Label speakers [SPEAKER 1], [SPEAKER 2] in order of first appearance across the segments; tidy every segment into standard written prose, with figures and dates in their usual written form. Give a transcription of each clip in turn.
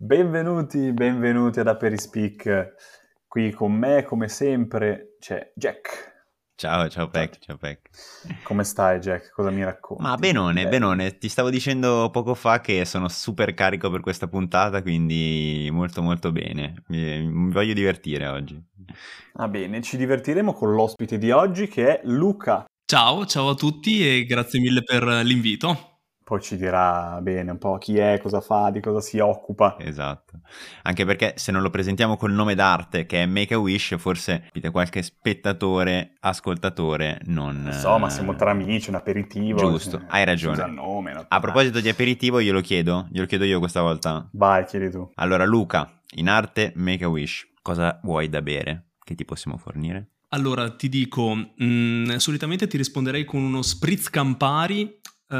[SPEAKER 1] Benvenuti ad Aperispeak. Qui con me, come sempre, c'è Jack.
[SPEAKER 2] Ciao
[SPEAKER 1] Ciao.
[SPEAKER 2] Peck, ciao Peck.
[SPEAKER 1] Come stai, Jack? Cosa mi
[SPEAKER 2] Ma
[SPEAKER 1] racconti di
[SPEAKER 2] benone,
[SPEAKER 1] bello?
[SPEAKER 2] benone, ti stavo dicendo poco fa che sono super carico per questa puntata, quindi molto molto bene. Mi voglio divertire oggi.
[SPEAKER 1] Ah, bene, ci divertiremo con l'ospite di oggi che è Luca.
[SPEAKER 3] Ciao a tutti e grazie mille per l'invito.
[SPEAKER 1] Poi ci dirà bene un po' chi è, cosa fa, di cosa si occupa.
[SPEAKER 2] Esatto. Anche perché se non lo presentiamo col nome d'arte che è Make-A-Wish, forse capite, qualche spettatore, ascoltatore non...
[SPEAKER 1] Non so, ma siamo tra amici, un aperitivo,
[SPEAKER 2] Giusto, hai
[SPEAKER 1] si usa il
[SPEAKER 2] ragione.
[SPEAKER 1] nome, no?
[SPEAKER 2] A
[SPEAKER 1] Dai.
[SPEAKER 2] proposito di aperitivo, glielo chiedo io questa volta.
[SPEAKER 1] Vai, chiedi tu.
[SPEAKER 2] Allora, Luca, in arte Make-A-Wish, cosa vuoi da bere? Che ti possiamo fornire?
[SPEAKER 3] Allora, ti dico, solitamente ti risponderei con uno spritz Campari.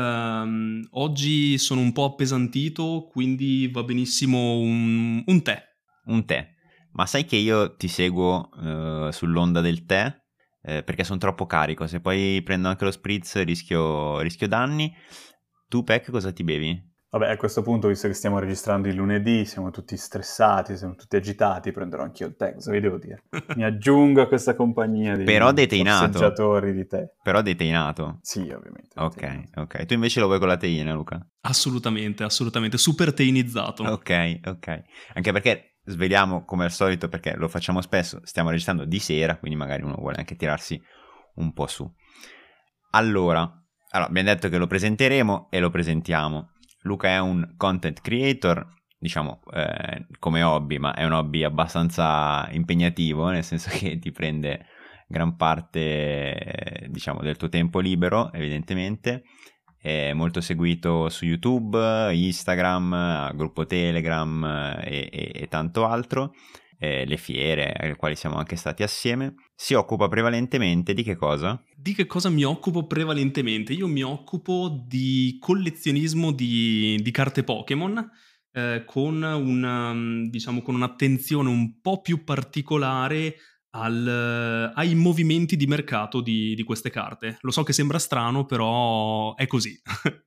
[SPEAKER 3] Oggi sono un po' appesantito, quindi va benissimo un tè.
[SPEAKER 2] Un tè. Ma sai che io ti seguo sull'onda del tè? Perché sono troppo carico. Se poi prendo anche lo spritz rischio danni. Tu, Peck, cosa ti bevi?
[SPEAKER 1] Vabbè, a questo punto, visto che stiamo registrando il lunedì, siamo tutti stressati, siamo tutti agitati, prenderò anch'io il tè, cosa vi devo dire? Mi aggiungo a questa compagnia
[SPEAKER 2] Però
[SPEAKER 1] di
[SPEAKER 2] deteinato.
[SPEAKER 1] sorseggiatori di tè.
[SPEAKER 2] Però deteinato.
[SPEAKER 1] Sì, ovviamente,
[SPEAKER 2] Ok,
[SPEAKER 1] deteinato.
[SPEAKER 2] ok. Tu invece lo vuoi con la teina, Luca?
[SPEAKER 3] Assolutamente, super teinizzato.
[SPEAKER 2] Ok, ok. Anche perché sveliamo come al solito, perché lo facciamo spesso, stiamo registrando di sera, quindi magari uno vuole anche tirarsi un po' su. Allora, abbiamo detto che lo presenteremo e lo presentiamo. Luca è un content creator, diciamo come hobby, ma è un hobby abbastanza impegnativo, nel senso che ti prende gran parte, diciamo, del tuo tempo libero, evidentemente. È molto seguito su YouTube, Instagram, gruppo Telegram e tanto altro, le fiere alle quali siamo anche stati assieme. Si occupa prevalentemente di che cosa?
[SPEAKER 3] Di che cosa mi occupo prevalentemente? Io mi occupo di collezionismo di carte Pokémon, diciamo, con un'attenzione un po' più particolare ai movimenti di mercato di queste carte. Lo so che sembra strano, però è così.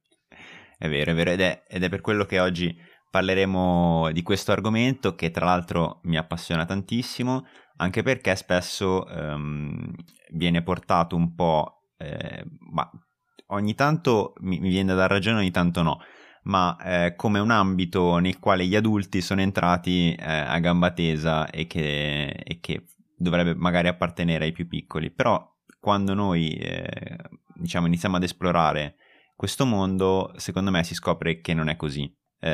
[SPEAKER 2] È vero, ed è per quello che oggi parleremo di questo argomento che tra l'altro mi appassiona tantissimo, anche perché spesso viene portato un po', ma ogni tanto mi viene da dar ragione, ogni tanto no, ma come un ambito nel quale gli adulti sono entrati a gamba tesa e che dovrebbe magari appartenere ai più piccoli, però quando noi diciamo iniziamo ad esplorare questo mondo, secondo me, si scopre che non è così.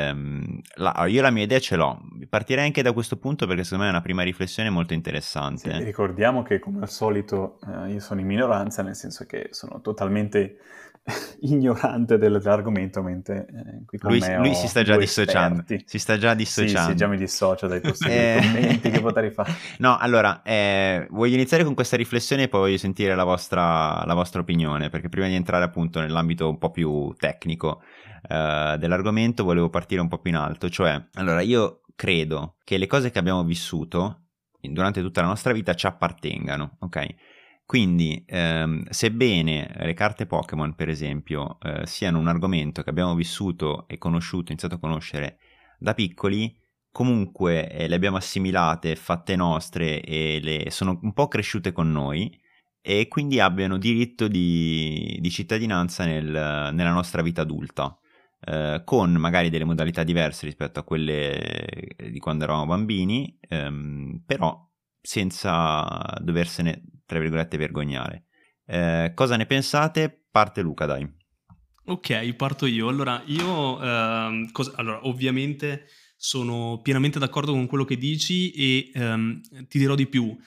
[SPEAKER 2] Io la mia idea ce l'ho. Partirei anche da questo punto perché secondo me è una prima riflessione molto
[SPEAKER 1] Sì,
[SPEAKER 2] interessante.
[SPEAKER 1] ricordiamo che come al solito io sono in minoranza, nel senso che sono totalmente ignorante dell'argomento, mentre qui con me
[SPEAKER 2] Lui si
[SPEAKER 1] ho
[SPEAKER 2] sta già
[SPEAKER 1] due
[SPEAKER 2] dissociando.
[SPEAKER 1] esperti.
[SPEAKER 2] Si sta già
[SPEAKER 1] Sì, già
[SPEAKER 2] dissociando.
[SPEAKER 1] mi dissocio dai possibili
[SPEAKER 2] Eh,
[SPEAKER 1] commenti che potrei fare.
[SPEAKER 2] No, allora, voglio iniziare con questa riflessione e poi voglio sentire la vostra opinione, perché prima di entrare appunto nell'ambito un po' più tecnico dell'argomento, volevo partire un po' più in alto, cioè, allora, io credo che le cose che abbiamo vissuto durante tutta la nostra vita ci appartengano, ok? Quindi, sebbene le carte Pokémon, per esempio, siano un argomento che abbiamo vissuto e conosciuto, iniziato a conoscere da piccoli, comunque le abbiamo assimilate, fatte nostre e sono un po' cresciute con noi e quindi abbiano diritto di cittadinanza nella nostra vita adulta, con magari delle modalità diverse rispetto a quelle di quando eravamo bambini, però senza doversene, tra virgolette, vergognare. Cosa ne pensate? Parte Luca, dai.
[SPEAKER 3] Ok, parto io. Allora, allora, ovviamente sono pienamente d'accordo con quello che dici e ti dirò di più.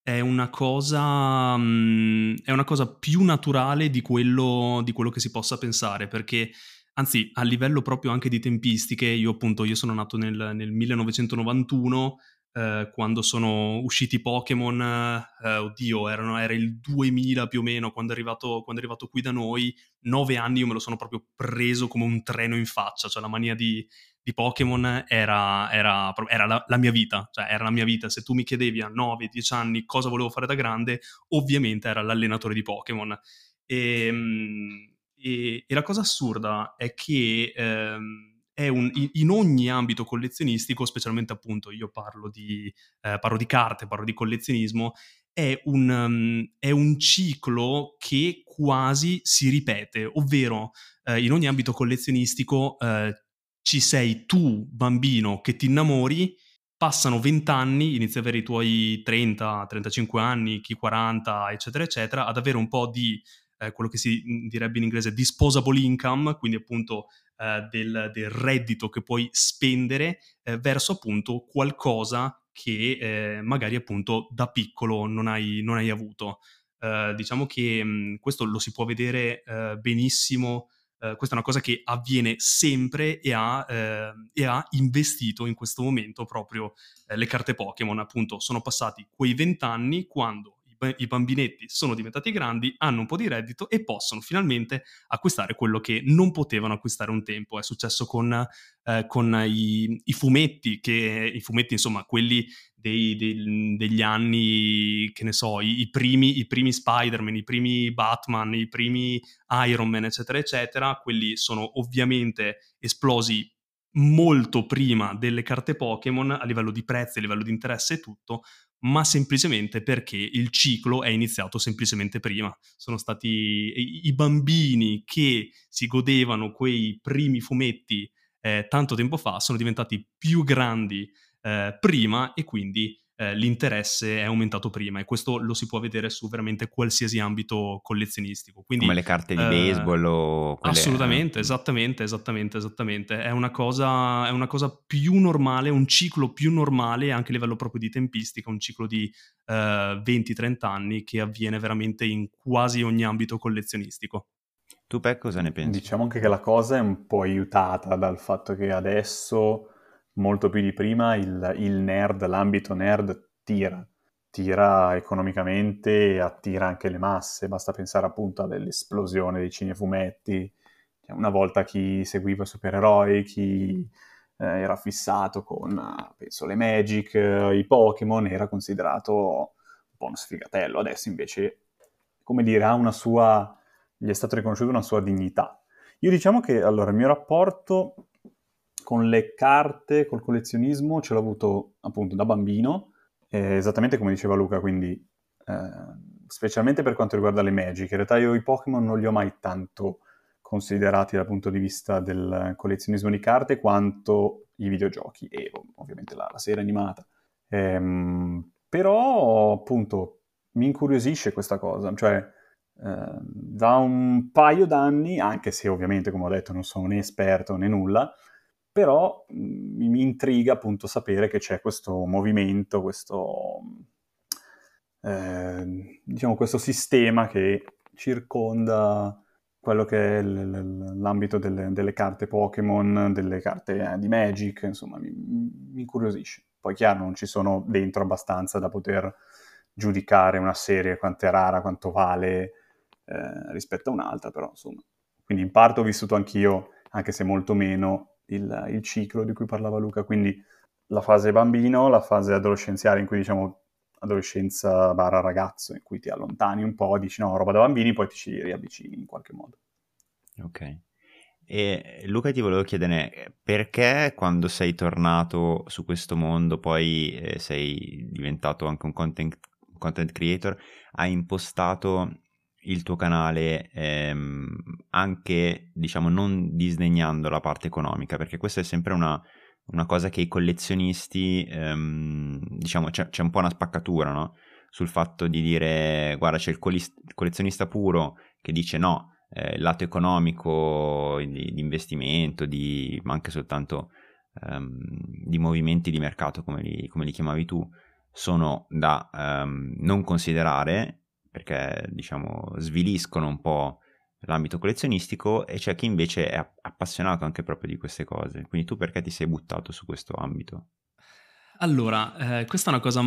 [SPEAKER 3] È una cosa più naturale di quello che si possa pensare, perché anzi, a livello proprio anche di tempistiche, io sono nato nel 1991, quando sono usciti Pokémon, oddio, era il 2000 più o meno, quando è arrivato qui da noi. 9 anni io me lo sono proprio preso come un treno in faccia, cioè la mania di Pokémon era la mia vita, cioè era la mia vita. Se tu mi chiedevi a 9-10 anni cosa volevo fare da grande, ovviamente era l'allenatore di Pokémon. E la cosa assurda è che in ogni ambito collezionistico, specialmente appunto io parlo di carte, parlo di collezionismo, è un ciclo che quasi si ripete, ovvero in ogni ambito collezionistico ci sei tu, bambino, che ti innamori, passano 20 anni, inizi ad avere i tuoi 30, 35 anni, chi 40, eccetera, eccetera, ad avere un po' di quello che si direbbe in inglese disposable income, quindi appunto del reddito che puoi spendere verso appunto qualcosa che magari appunto da piccolo non hai avuto. Diciamo che questo lo si può vedere benissimo. Questa è una cosa che avviene sempre e ha investito in questo momento proprio le carte Pokémon. Appunto, sono passati quei 20 anni quando i bambinetti sono diventati grandi, hanno un po' di reddito e possono finalmente acquistare quello che non potevano acquistare un tempo. È successo con i fumetti, i fumetti, insomma, quelli degli anni, che ne so, i primi Spider-Man, i primi Batman, i primi Iron Man, eccetera, eccetera. Quelli sono ovviamente esplosi molto prima delle carte Pokémon a livello di prezzi, a livello di interesse e tutto, ma semplicemente perché il ciclo è iniziato semplicemente prima. Sono stati i bambini che si godevano quei primi fumetti tanto tempo fa, sono diventati più grandi prima e quindi l'interesse è aumentato prima, e questo lo si può vedere su veramente qualsiasi ambito collezionistico. Quindi
[SPEAKER 2] Come le carte di baseball o quelle...
[SPEAKER 3] assolutamente, esattamente. È una cosa più normale, un ciclo più normale anche a livello proprio di tempistica, un ciclo di 20-30 anni che avviene veramente in quasi ogni ambito collezionistico.
[SPEAKER 2] Tu, Pe, cosa ne pensi?
[SPEAKER 1] Diciamo anche che la cosa è un po' aiutata dal fatto che adesso, molto più di prima, il nerd, l'ambito nerd tira economicamente e attira anche le masse. Basta pensare appunto all'esplosione dei cinefumetti. Una volta chi seguiva supereroi, chi era fissato con, penso, le Magic, i Pokémon, era considerato un po' uno sfigatello. Adesso invece, come dire, gli è stato riconosciuto una sua dignità. Io diciamo che, allora, il mio rapporto con le carte, col collezionismo, ce l'ho avuto appunto da bambino, esattamente come diceva Luca, quindi specialmente per quanto riguarda le Magic. In realtà io i Pokémon non li ho mai tanto considerati dal punto di vista del collezionismo di carte quanto i videogiochi e ovviamente la serie animata. Però appunto mi incuriosisce questa cosa, cioè da un paio d'anni, anche se ovviamente, come ho detto, non sono né esperto né nulla, però mi intriga appunto sapere che c'è questo movimento, diciamo questo sistema che circonda quello che è l'ambito delle carte Pokémon, delle carte di Magic, insomma, mi incuriosisce. Poi chiaro, non ci sono dentro abbastanza da poter giudicare una serie quanto è rara, quanto vale rispetto a un'altra, però insomma. Quindi in parte ho vissuto anch'io, anche se molto meno, il ciclo di cui parlava Luca, quindi la fase bambino, la fase adolescenziale in cui diciamo adolescenza / ragazzo, in cui ti allontani un po', dici no, roba da bambini, poi ti ci riavvicini in qualche modo.
[SPEAKER 2] Ok. E Luca, ti volevo chiedere, perché quando sei tornato su questo mondo, poi sei diventato anche un content creator, hai impostato il tuo canale anche, diciamo, non disdegnando la parte economica, perché questa è sempre una cosa che i collezionisti, diciamo, c'è un po' una spaccatura, no? Sul fatto di dire, guarda, c'è il collezionista puro che dice no, il lato economico di investimento, ma anche soltanto di movimenti di mercato, come li chiamavi tu, sono da non considerare, perché diciamo sviliscono un po' l'ambito collezionistico, e c'è chi invece è appassionato anche proprio di queste cose. Quindi tu perché ti sei buttato su questo ambito?
[SPEAKER 3] Allora, questa è una cosa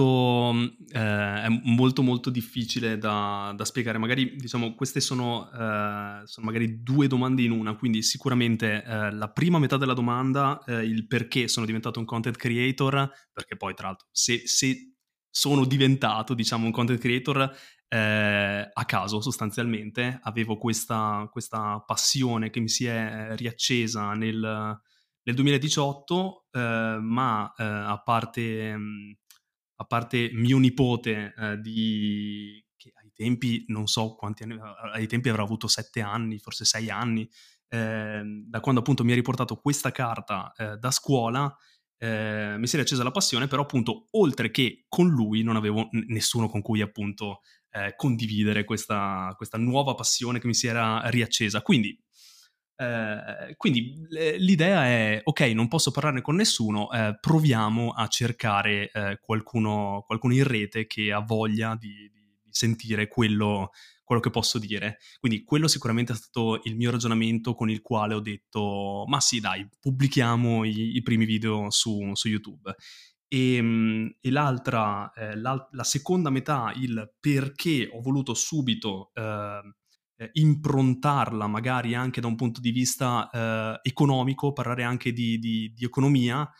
[SPEAKER 3] è molto molto difficile da spiegare. Magari, diciamo, queste sono magari due domande in una, quindi sicuramente la prima metà della domanda, il perché sono diventato un content creator, perché poi tra l'altro se sono diventato, diciamo, un content creator a caso sostanzialmente. Avevo questa passione che mi si è riaccesa nel 2018, ma a parte mio nipote, che ai tempi non so quanti anni, ai tempi avrà avuto 7 anni, forse 6 anni, da quando appunto mi ha riportato questa carta da scuola, mi si è riaccesa la passione, però appunto oltre che con lui non avevo nessuno con cui appunto condividere questa nuova passione che mi si era riaccesa. Quindi l'idea è, ok, non posso parlarne con nessuno, proviamo a cercare qualcuno in rete che ha voglia di sentire quello che posso dire. Quindi quello sicuramente è stato il mio ragionamento con il quale ho detto, ma sì dai, pubblichiamo i primi video su YouTube. E la seconda metà, il perché ho voluto subito improntarla magari anche da un punto di vista economico, parlare anche di economia,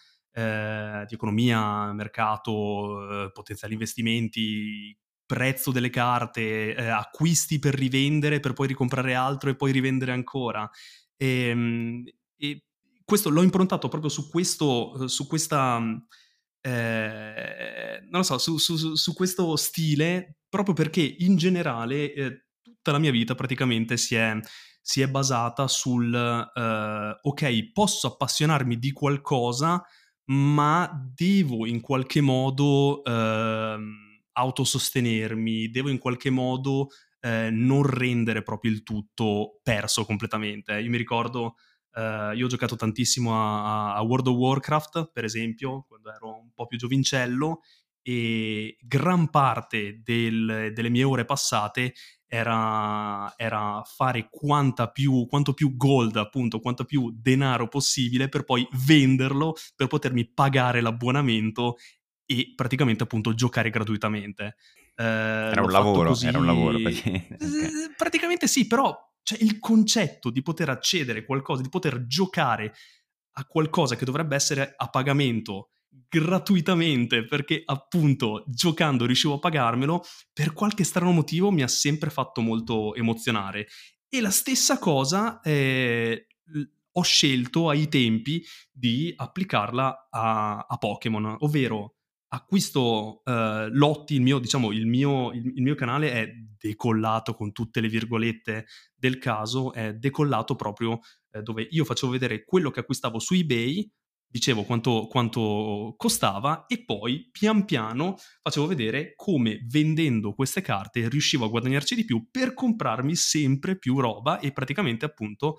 [SPEAKER 3] mercato, potenziali investimenti, prezzo delle carte, acquisti per rivendere, per poi ricomprare altro e poi rivendere ancora. E questo l'ho improntato proprio su questo, su questa, non lo so, su questo stile, proprio perché in generale tutta la mia vita praticamente si è basata sul ok, posso appassionarmi di qualcosa, ma devo in qualche modo autosostenermi, devo in qualche modo non rendere proprio il tutto perso completamente. Io mi ricordo, io ho giocato tantissimo a World of Warcraft, per esempio, quando ero un po' più giovincello, e gran parte delle mie ore passate era fare quanto più gold, appunto, quanto più denaro possibile per poi venderlo, per potermi pagare l'abbonamento e praticamente appunto giocare gratuitamente.
[SPEAKER 2] Era
[SPEAKER 3] L'ho
[SPEAKER 2] un
[SPEAKER 3] fatto
[SPEAKER 2] lavoro, era un lavoro
[SPEAKER 3] così.
[SPEAKER 2] praticamente. Ok.
[SPEAKER 3] Praticamente sì, però cioè, il concetto di poter accedere a qualcosa, di poter giocare a qualcosa che dovrebbe essere a pagamento gratuitamente, perché appunto giocando riuscivo a pagarmelo, per qualche strano motivo mi ha sempre fatto molto emozionare. E la stessa cosa ho scelto ai tempi di applicarla a Pokémon, ovvero acquisto lotti, il mio canale è decollato con tutte le virgolette del caso, è decollato proprio dove io facevo vedere quello che acquistavo su eBay, dicevo quanto costava e poi pian piano facevo vedere come vendendo queste carte riuscivo a guadagnarci di più per comprarmi sempre più roba e praticamente appunto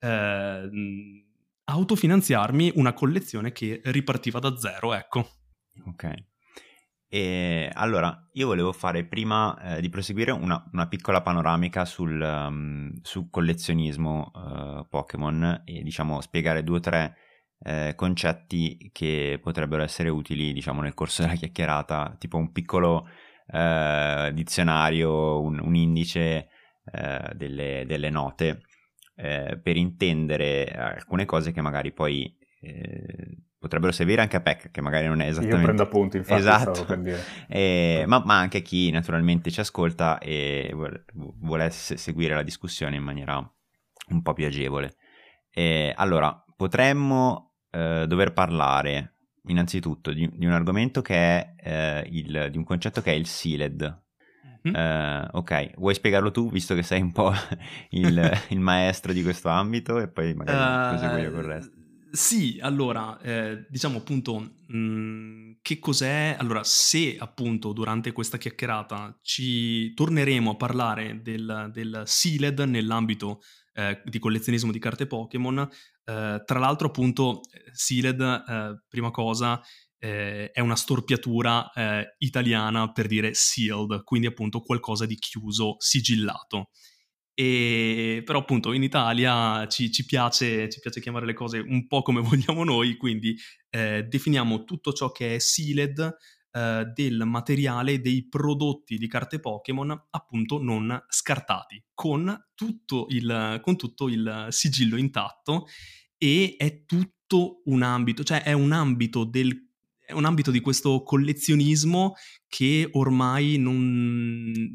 [SPEAKER 3] autofinanziarmi una collezione che ripartiva da zero, ecco.
[SPEAKER 2] Ok. E allora, io volevo fare prima di proseguire una piccola panoramica sul collezionismo Pokémon e diciamo spiegare 2 o 3 concetti che potrebbero essere utili diciamo nel corso della chiacchierata, tipo un piccolo dizionario, un indice delle note per intendere alcune cose che magari poi potrebbero servire anche a Peck, che magari non è esattamente...
[SPEAKER 1] Io prendo appunti, infatti,
[SPEAKER 2] esatto.
[SPEAKER 1] stavo per dire.
[SPEAKER 2] Ma anche chi naturalmente ci ascolta e vuole seguire la discussione in maniera un po' più agevole. Allora, potremmo dover parlare innanzitutto di un argomento che è di un concetto che è il sealed. Ok, vuoi spiegarlo tu, visto che sei un po' il maestro di questo ambito, e poi magari proseguo io col resto.
[SPEAKER 3] Sì, allora, diciamo appunto, che cos'è? Allora, se appunto durante questa chiacchierata ci torneremo a parlare del sealed nell'ambito di collezionismo di carte Pokémon, tra l'altro appunto sealed, prima cosa, è una storpiatura italiana per dire sealed, quindi appunto qualcosa di chiuso, sigillato. Però appunto in Italia ci piace chiamare le cose un po' come vogliamo noi, quindi definiamo tutto ciò che è sealed del materiale dei prodotti di carte Pokémon appunto non scartati, con tutto il sigillo intatto, e è tutto un ambito, cioè è un ambito di questo collezionismo che ormai non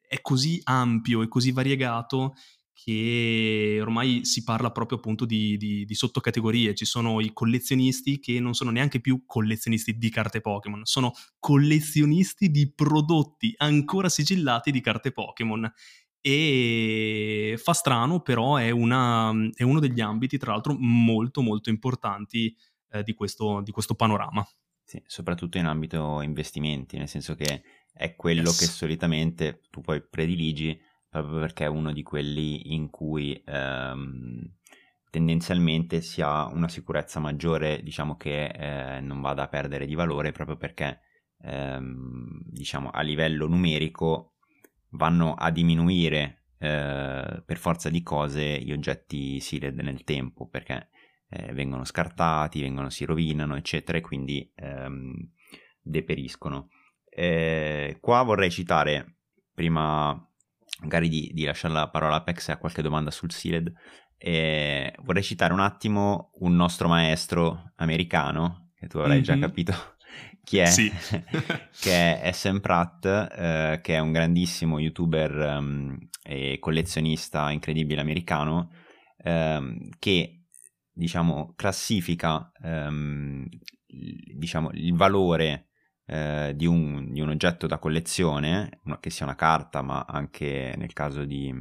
[SPEAKER 3] è così ampio e così variegato che ormai si parla proprio appunto di sottocategorie. Ci sono i collezionisti che non sono neanche più collezionisti di carte Pokémon, sono collezionisti di prodotti ancora sigillati di carte Pokémon. E fa strano, però è uno degli ambiti, tra l'altro, molto molto importanti di questo panorama.
[SPEAKER 2] Sì, soprattutto in ambito investimenti, nel senso che è quello che
[SPEAKER 3] Yes.
[SPEAKER 2] solitamente tu poi prediligi, proprio perché è uno di quelli in cui tendenzialmente si ha una sicurezza maggiore, diciamo, che non vada a perdere di valore, proprio perché diciamo a livello numerico vanno a diminuire per forza di cose gli oggetti sealed nel tempo, perché vengono scartati, si rovinano, eccetera, e quindi deperiscono. Qua vorrei citare, prima magari di lasciare la parola a Apex e a qualche domanda sul sealed, vorrei citare un attimo un nostro maestro americano, che tu avrai già capito chi è,
[SPEAKER 3] Sì.
[SPEAKER 2] che è Sam Pratt, che è un grandissimo youtuber e collezionista incredibile americano, che diciamo classifica diciamo il valore di un oggetto da collezione, che sia una carta, ma anche nel caso di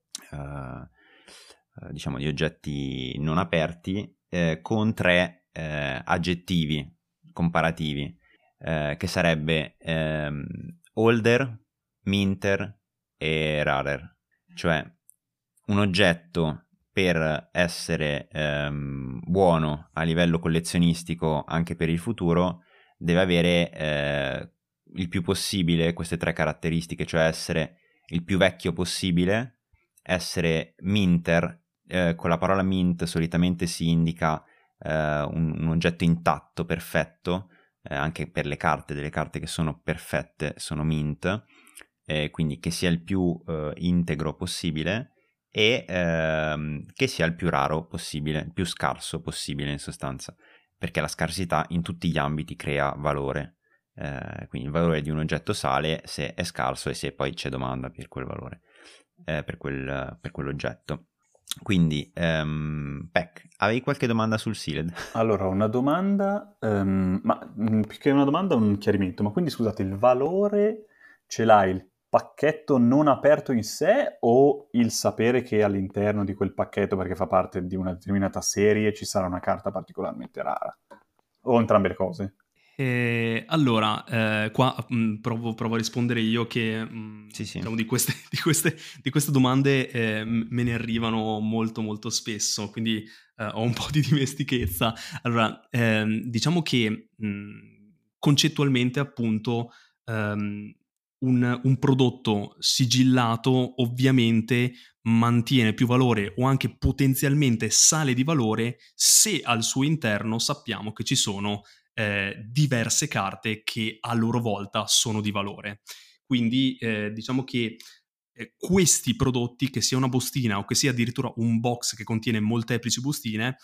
[SPEAKER 2] diciamo di oggetti non aperti, con 3 aggettivi comparativi, che sarebbe older, minter e rarer. Cioè un oggetto, per essere buono a livello collezionistico anche per il futuro, deve avere il più possibile queste 3 caratteristiche, cioè essere il più vecchio possibile, essere minter. Con la parola mint solitamente si indica un oggetto intatto, perfetto, anche per le carte, delle carte che sono perfette sono mint, quindi che sia il più integro possibile, e che sia il più raro possibile, il più scarso possibile in sostanza, perché la scarsità in tutti gli ambiti crea valore. Quindi il valore di un oggetto sale se è scarso e se poi c'è domanda per quel valore, per quell'oggetto. Quindi, Peck, avevi qualche domanda sul sealed?
[SPEAKER 1] Allora, una domanda, ma più che una domanda, un chiarimento. Ma quindi scusate, il valore ce l'ha il pacchetto non aperto in sé o il sapere che all'interno di quel pacchetto, perché fa parte di una determinata serie, ci sarà una carta particolarmente rara? O entrambe le cose?
[SPEAKER 3] Allora, qua provo a rispondere io che
[SPEAKER 2] Sì, sì.
[SPEAKER 3] diciamo di queste domande me ne arrivano molto molto spesso, quindi ho un po' di dimestichezza. Allora, diciamo che concettualmente appunto un prodotto sigillato ovviamente mantiene più valore o anche potenzialmente sale di valore se al suo interno sappiamo che ci sono diverse carte che a loro volta sono di valore. Quindi diciamo che questi prodotti, che sia una bustina o che sia addirittura un box che contiene molteplici bustine,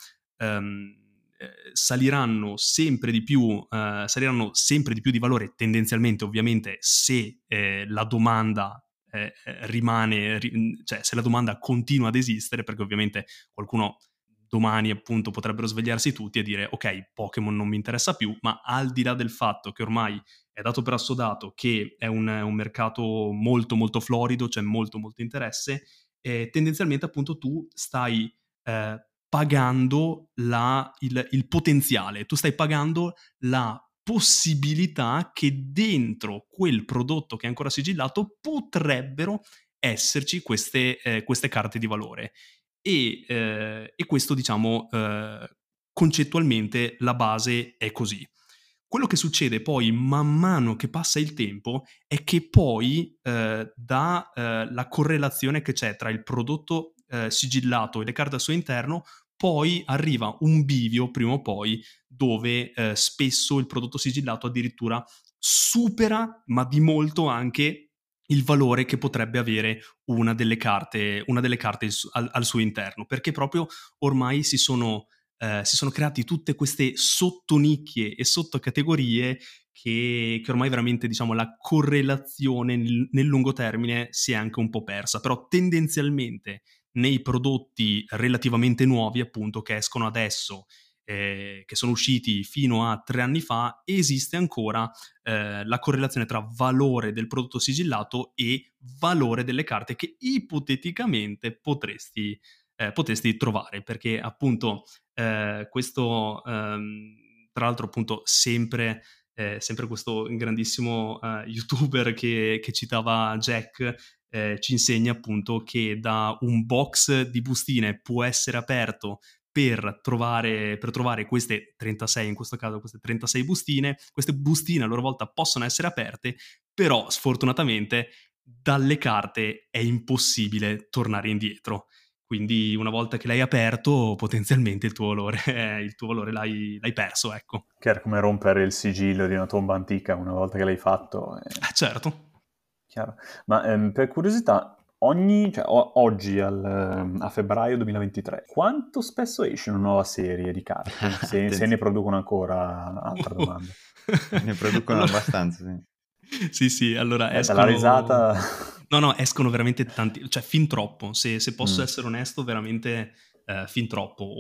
[SPEAKER 3] saliranno sempre di più di valore, tendenzialmente ovviamente, se la domanda cioè se la domanda continua ad esistere, perché ovviamente qualcuno domani appunto potrebbero svegliarsi tutti e dire ok, Pokémon non mi interessa più, ma al di là del fatto che ormai è dato per assodato che è un mercato molto molto florido, c'è molto molto interesse, tendenzialmente appunto tu stai pagando il potenziale, tu stai pagando la possibilità che dentro quel prodotto che è ancora sigillato potrebbero esserci queste carte di valore. E questo, diciamo, concettualmente la base è così. Quello che succede poi man mano che passa il tempo è che poi da la correlazione che c'è tra il prodotto sigillato e le carte al suo interno, poi arriva un bivio prima o poi dove spesso il prodotto sigillato addirittura supera, ma di molto anche, il valore che potrebbe avere una delle carte al suo interno, perché proprio ormai si sono si sono creati tutte queste sottonicchie e sottocategorie che ormai veramente, diciamo, la correlazione nel lungo termine si è anche un po' persa, però tendenzialmente nei prodotti relativamente nuovi, appunto, che escono adesso, che sono usciti fino a 3 anni fa, esiste ancora la correlazione tra valore del prodotto sigillato e valore delle carte che ipoteticamente potresti trovare, perché appunto questo, tra l'altro appunto sempre questo grandissimo youtuber che citava Jack, ci insegna appunto che da un box di bustine può essere aperto per trovare queste 36, in questo caso queste 36 bustine. Queste bustine a loro volta possono essere aperte, però sfortunatamente dalle carte è impossibile tornare indietro. Quindi una volta che l'hai aperto, potenzialmente il tuo valore l'hai perso, ecco.
[SPEAKER 1] Che era come rompere il sigillo di una tomba antica una volta che l'hai fatto.
[SPEAKER 3] Certo.
[SPEAKER 1] Chiaro. Ma per curiosità, oggi a febbraio 2023, quanto spesso esce una nuova serie di carte? Se ne producono ancora, altra domanda.
[SPEAKER 2] Ne producono
[SPEAKER 3] Allora,
[SPEAKER 2] abbastanza, sì.
[SPEAKER 3] Sì, allora
[SPEAKER 1] Dalla risata...
[SPEAKER 3] No, escono veramente tanti, cioè fin troppo, se posso
[SPEAKER 1] Mm.
[SPEAKER 3] essere onesto, veramente fin troppo.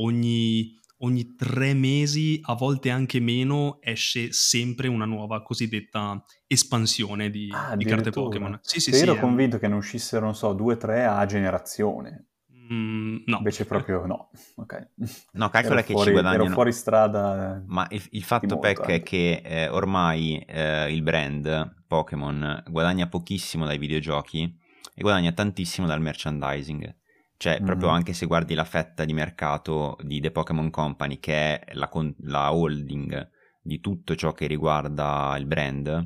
[SPEAKER 3] Ogni 3 mesi, a volte anche meno, esce sempre una nuova cosiddetta espansione
[SPEAKER 1] Ah,
[SPEAKER 3] di carte
[SPEAKER 1] addirittura.
[SPEAKER 3] Pokémon. Sì,
[SPEAKER 1] Cioè, io ero
[SPEAKER 3] è un...
[SPEAKER 1] convinto che ne uscissero, non so, 2 o 3 a generazione.
[SPEAKER 3] no.
[SPEAKER 1] Invece proprio no. Ok.
[SPEAKER 2] No, calcola che ci
[SPEAKER 1] Ero
[SPEAKER 2] guadagnano.
[SPEAKER 1] fuori strada
[SPEAKER 2] Ma il
[SPEAKER 1] di
[SPEAKER 2] fatto,
[SPEAKER 1] molto
[SPEAKER 2] Peck, è
[SPEAKER 1] anche.
[SPEAKER 2] che ormai il brand Pokémon guadagna pochissimo dai videogiochi e guadagna tantissimo dal merchandising. Cioè, proprio
[SPEAKER 1] Mhm.
[SPEAKER 2] anche se guardi la fetta di mercato di The Pokémon Company, che è la holding di tutto ciò che riguarda il brand,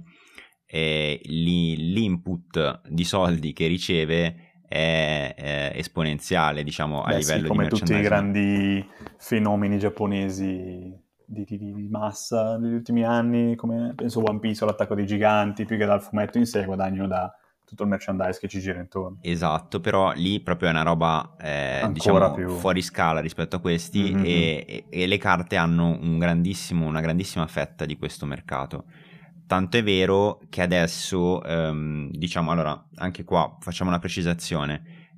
[SPEAKER 2] l'input di soldi che riceve è esponenziale, diciamo, a
[SPEAKER 1] Beh sì,
[SPEAKER 2] livello di
[SPEAKER 1] come tutti i
[SPEAKER 2] merchandising.
[SPEAKER 1] grandi fenomeni giapponesi di massa negli ultimi anni, come penso One Piece o l'Attacco dei Giganti, più che dal fumetto in sé, guadagnano da tutto il merchandise che ci gira intorno.
[SPEAKER 2] Esatto, però lì proprio è una roba,
[SPEAKER 1] Ancora
[SPEAKER 2] diciamo,
[SPEAKER 1] più...
[SPEAKER 2] fuori scala rispetto a questi
[SPEAKER 1] Mhm.
[SPEAKER 2] e le carte hanno una grandissima fetta di questo mercato. Tanto è vero che adesso, diciamo, allora, anche qua facciamo una precisazione.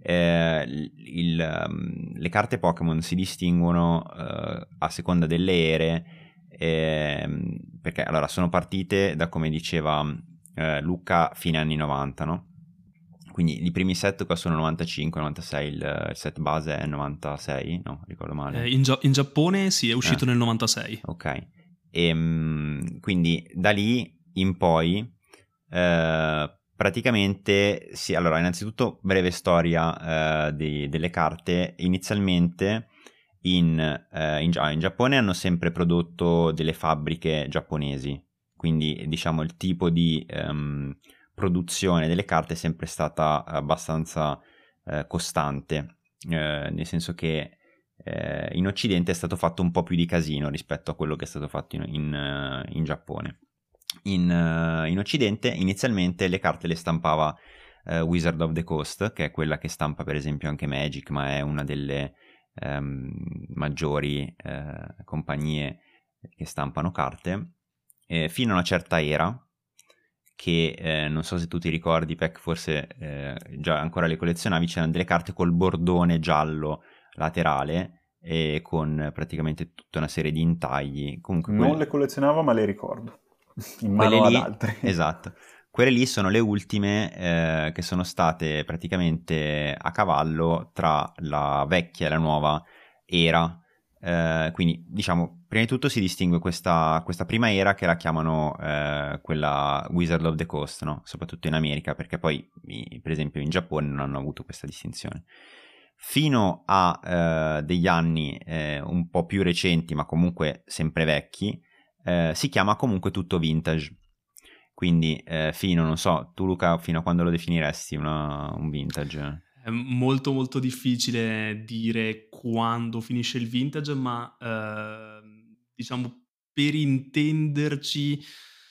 [SPEAKER 2] Le carte Pokémon si distinguono a seconda delle ere, perché allora sono partite da, come diceva Luca, fine anni 90, no? Quindi i primi set qua sono 95, 96, il set base è 96, no, ricordo male.
[SPEAKER 3] In Giappone sì, è uscito nel 96.
[SPEAKER 2] Ok, quindi da lì in poi praticamente sì, allora innanzitutto breve storia delle carte. Inizialmente in Giappone hanno sempre prodotto delle fabbriche giapponesi, quindi diciamo il tipo di produzione delle carte è sempre stata abbastanza costante, nel senso che in Occidente è stato fatto un po' più di casino rispetto a quello che è stato fatto in Giappone. In Occidente inizialmente le carte le stampava Wizard of the Coast, che è quella che stampa per esempio anche Magic, ma è una delle maggiori compagnie che stampano carte, fino a una certa era che non so se tu ti ricordi, Peck, forse già ancora le collezionavi, c'erano delle carte col bordone giallo laterale e con praticamente tutta una serie di intagli. Comunque
[SPEAKER 1] Non le collezionavo, ma le ricordo. In
[SPEAKER 2] quelle
[SPEAKER 1] mano ad
[SPEAKER 2] lì,
[SPEAKER 1] altri.
[SPEAKER 2] esatto, quelle lì sono le ultime che sono state praticamente a cavallo tra la vecchia e la nuova era. Quindi diciamo, prima di tutto si distingue questa prima era che la chiamano quella Wizard of the Coast, no? Soprattutto in America, perché poi per esempio in Giappone non hanno avuto questa distinzione. Fino a degli anni un po' più recenti, ma comunque sempre vecchi, si chiama comunque tutto vintage. Quindi non so, tu Luca fino a quando lo definiresti un vintage?
[SPEAKER 3] È molto molto difficile dire quando finisce il vintage, ma diciamo per intenderci,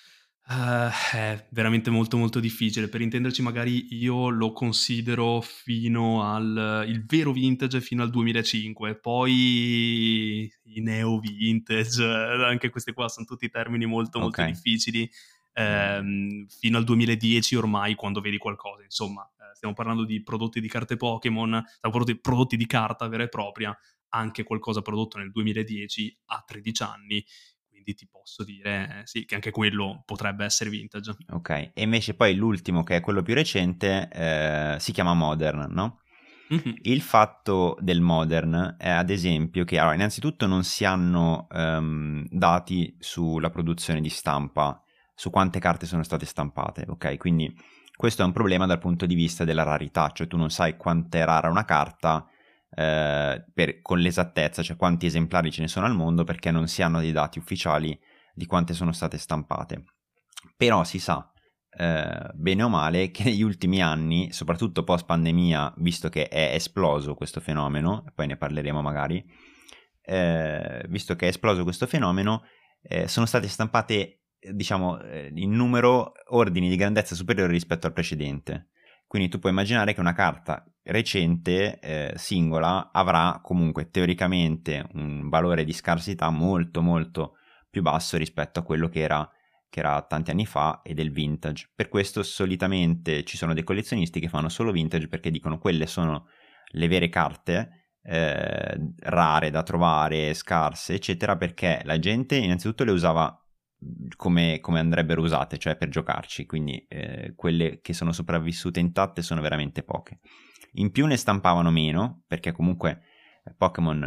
[SPEAKER 3] È veramente molto molto difficile. Per intenderci, magari io lo considero fino al il vero vintage fino al 2005, poi i neo vintage, anche questi qua son tutti termini molto
[SPEAKER 2] Ok.
[SPEAKER 3] molto difficili. Fino al 2010 ormai, quando vedi qualcosa, insomma, stiamo parlando di prodotti di carte Pokémon, stiamo prodotti di carta vera e propria, anche qualcosa prodotto nel 2010 ha 13 anni, quindi ti posso dire, sì, che anche quello potrebbe essere vintage.
[SPEAKER 2] Ok, e invece poi l'ultimo, che è quello più recente, si chiama Modern, no?
[SPEAKER 3] Mh-mh.
[SPEAKER 2] Il fatto del Modern è, ad esempio, che allora, innanzitutto non si hanno dati sulla produzione di stampa, su quante carte sono state stampate, ok? Quindi questo è un problema dal punto di vista della rarità, cioè tu non sai quanto è rara una carta con l'esattezza, cioè quanti esemplari ce ne sono al mondo, perché non si hanno dei dati ufficiali di quante sono state stampate. Però si sa, bene o male, che negli ultimi anni, soprattutto post pandemia, visto che è esploso questo fenomeno, e poi ne parleremo magari, visto che è esploso questo fenomeno, sono state stampate, diciamo, in numero ordini di grandezza superiore rispetto al precedente. Quindi tu puoi immaginare che una carta recente, singola, avrà comunque teoricamente un valore di scarsità molto molto più basso rispetto a quello che era tanti anni fa, e del vintage. Per questo solitamente ci sono dei collezionisti che fanno solo vintage, perché dicono quelle sono le vere carte, rare da trovare, scarse, eccetera, perché la gente innanzitutto le usava come andrebbero usate, cioè per giocarci, quindi quelle che sono sopravvissute intatte sono veramente poche. In più ne stampavano meno, perché comunque Pokémon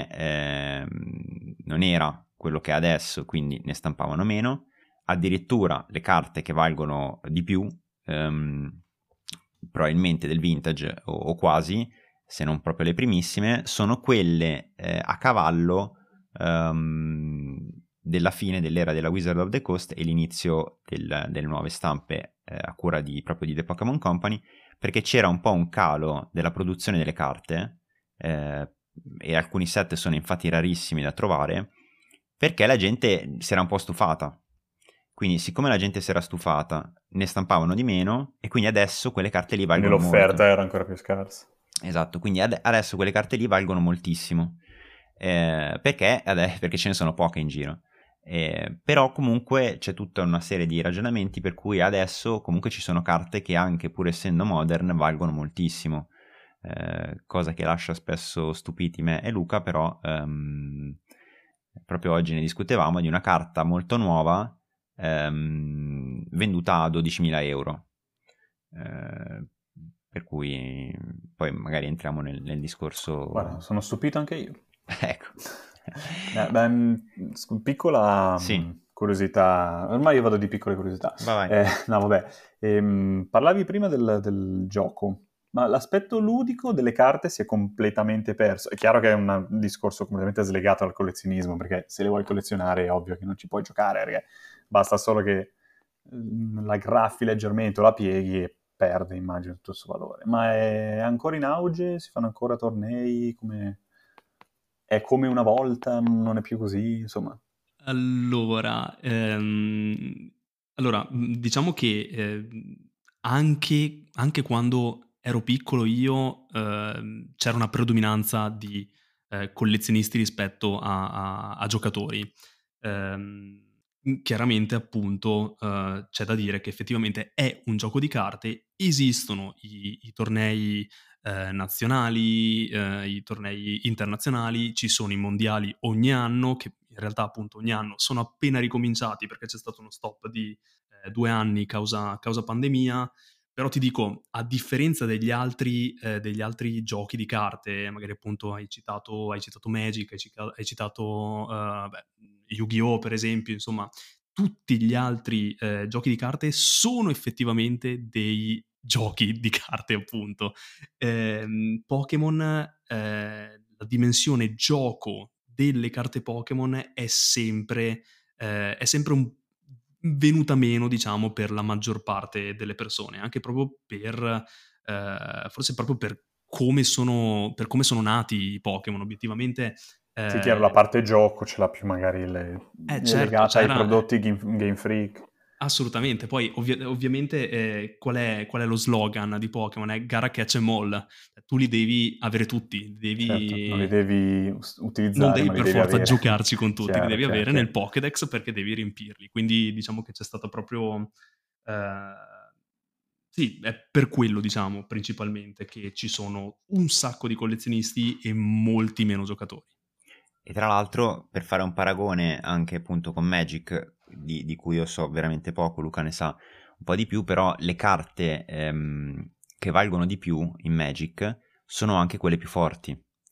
[SPEAKER 2] non era quello che è adesso, quindi ne stampavano meno. Addirittura le carte che valgono di più, probabilmente del vintage o quasi, se non proprio le primissime, sono quelle a cavallo della fine dell'era della Wizard of the Coast e l'inizio delle nuove stampe a cura proprio di The Pokémon Company, perché c'era un po' un calo della produzione delle carte, e alcuni set sono infatti rarissimi da trovare, perché la gente si era un po' stufata. Quindi, siccome la gente si era stufata, ne stampavano di meno, e quindi adesso quelle carte lì
[SPEAKER 1] Quindi
[SPEAKER 2] valgono
[SPEAKER 1] l'offerta
[SPEAKER 2] molto.
[SPEAKER 1] era ancora più scarsa.
[SPEAKER 2] Esatto, quindi adesso quelle carte lì valgono moltissimo, perché ce ne sono poche in giro. Però comunque c'è tutta una serie di ragionamenti per cui adesso comunque ci sono carte che, anche pur essendo modern, valgono moltissimo, cosa che lascia spesso stupiti me e Luca. Però proprio oggi ne discutevamo di una carta molto nuova, venduta a 12.000 euro. Per cui poi magari entriamo nel discorso.
[SPEAKER 1] Guarda, sono stupito anche io.
[SPEAKER 2] Ecco.
[SPEAKER 1] Piccola
[SPEAKER 2] Sì,
[SPEAKER 1] curiosità, ormai io vado di piccole curiosità.
[SPEAKER 2] vai.
[SPEAKER 1] No, vabbè, parlavi prima del gioco, ma l'aspetto ludico delle carte si è completamente perso. È chiaro che è un discorso completamente slegato dal collezionismo, perché se le vuoi collezionare è ovvio che non ci puoi giocare, perché basta solo che la graffi leggermente o la pieghi e perde, immagino, tutto il suo valore. Ma è ancora in auge? Si fanno ancora tornei? È come una volta? Non è più così? Insomma,
[SPEAKER 3] Allora, diciamo che, anche quando ero piccolo io, c'era una predominanza di, collezionisti rispetto a giocatori. Chiaramente, appunto, c'è da dire che effettivamente è un gioco di carte, esistono i tornei, nazionali, i tornei internazionali, ci sono i mondiali ogni anno, che in realtà appunto ogni anno sono appena ricominciati perché c'è stato uno stop di 2 anni causa pandemia. Però ti dico, a differenza degli altri giochi di carte, magari appunto hai citato Magic, hai citato, Yu-Gi-Oh! Per esempio, insomma, tutti gli altri giochi di carte sono effettivamente dei giochi di carte, appunto. Pokémon, la dimensione gioco delle carte Pokémon è sempre un venuta meno, diciamo, per la maggior parte delle persone, anche proprio forse proprio per come sono nati i Pokémon. Obiettivamente,
[SPEAKER 1] sì, chiaro, la parte gioco ce l'ha più magari è
[SPEAKER 3] certo,
[SPEAKER 1] legata ai prodotti Game Freak.
[SPEAKER 3] Assolutamente, poi ovviamente qual è lo slogan di Pokémon? È gara catch 'em all. Tu li devi avere tutti,
[SPEAKER 1] Certo, non li
[SPEAKER 3] devi
[SPEAKER 1] devi
[SPEAKER 3] non
[SPEAKER 1] utilizzare,
[SPEAKER 3] devi
[SPEAKER 1] ma li
[SPEAKER 3] per
[SPEAKER 1] devi
[SPEAKER 3] forza
[SPEAKER 1] avere.
[SPEAKER 3] giocarci con tutti, li
[SPEAKER 1] Chiaro,
[SPEAKER 3] devi
[SPEAKER 1] chiaro,
[SPEAKER 3] avere nel
[SPEAKER 1] chiaro.
[SPEAKER 3] Pokédex perché devi riempirli. Quindi diciamo che c'è stata proprio sì, è per quello diciamo principalmente che ci sono un sacco di collezionisti e molti meno giocatori.
[SPEAKER 2] E tra l'altro, per fare un paragone anche appunto con Magic, di cui io so veramente poco, Luca ne sa un po' di più, però le carte che valgono di più in Magic sono anche quelle più forti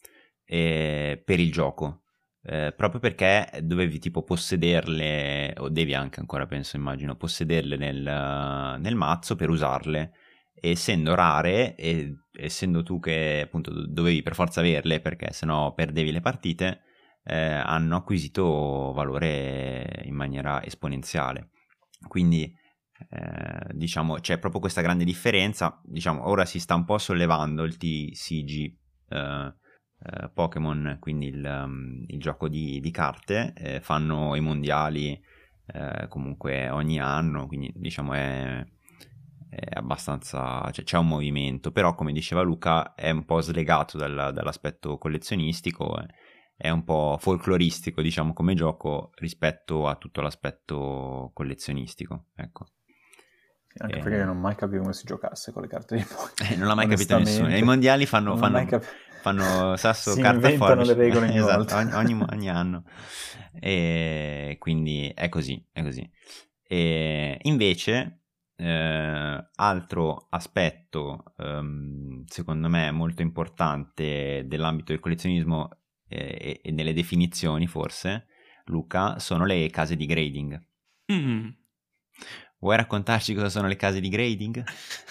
[SPEAKER 2] per il gioco. Proprio perché dovevi tipo possederle, o devi anche ancora, penso, immagino, possederle nel mazzo per usarle. E essendo rare, e essendo tu che appunto dovevi per forza averle perché sennò perdevi le partite, hanno acquisito valore in maniera esponenziale. Quindi diciamo c'è proprio questa grande differenza. Diciamo ora si sta un po' sollevando il TCG Pokémon, quindi il gioco di carte, fanno i mondiali comunque ogni anno, quindi diciamo è abbastanza, cioè, c'è un movimento, però come diceva Luca è un po' slegato dall'aspetto collezionistico, è un po' folcloristico diciamo come gioco rispetto a tutto l'aspetto collezionistico, ecco.
[SPEAKER 1] Anche perché io non ho mai capito come si giocasse con le carte di Pokémon.
[SPEAKER 2] Non l'ha mai capito nessuno. Nei
[SPEAKER 1] Onestamente,
[SPEAKER 2] mondiali
[SPEAKER 1] non l'ho mai
[SPEAKER 2] fanno sasso,
[SPEAKER 1] si
[SPEAKER 2] carta,
[SPEAKER 1] inventano le
[SPEAKER 2] forbice.
[SPEAKER 1] regole ogni
[SPEAKER 2] Esatto,
[SPEAKER 1] volta.
[SPEAKER 2] ogni anno. E quindi è così, è così. E invece, altro aspetto, secondo me, molto importante dell'ambito del collezionismo e delle definizioni, forse, Luca, sono le case di grading.
[SPEAKER 3] Mm.
[SPEAKER 2] Vuoi raccontarci cosa sono le case di grading?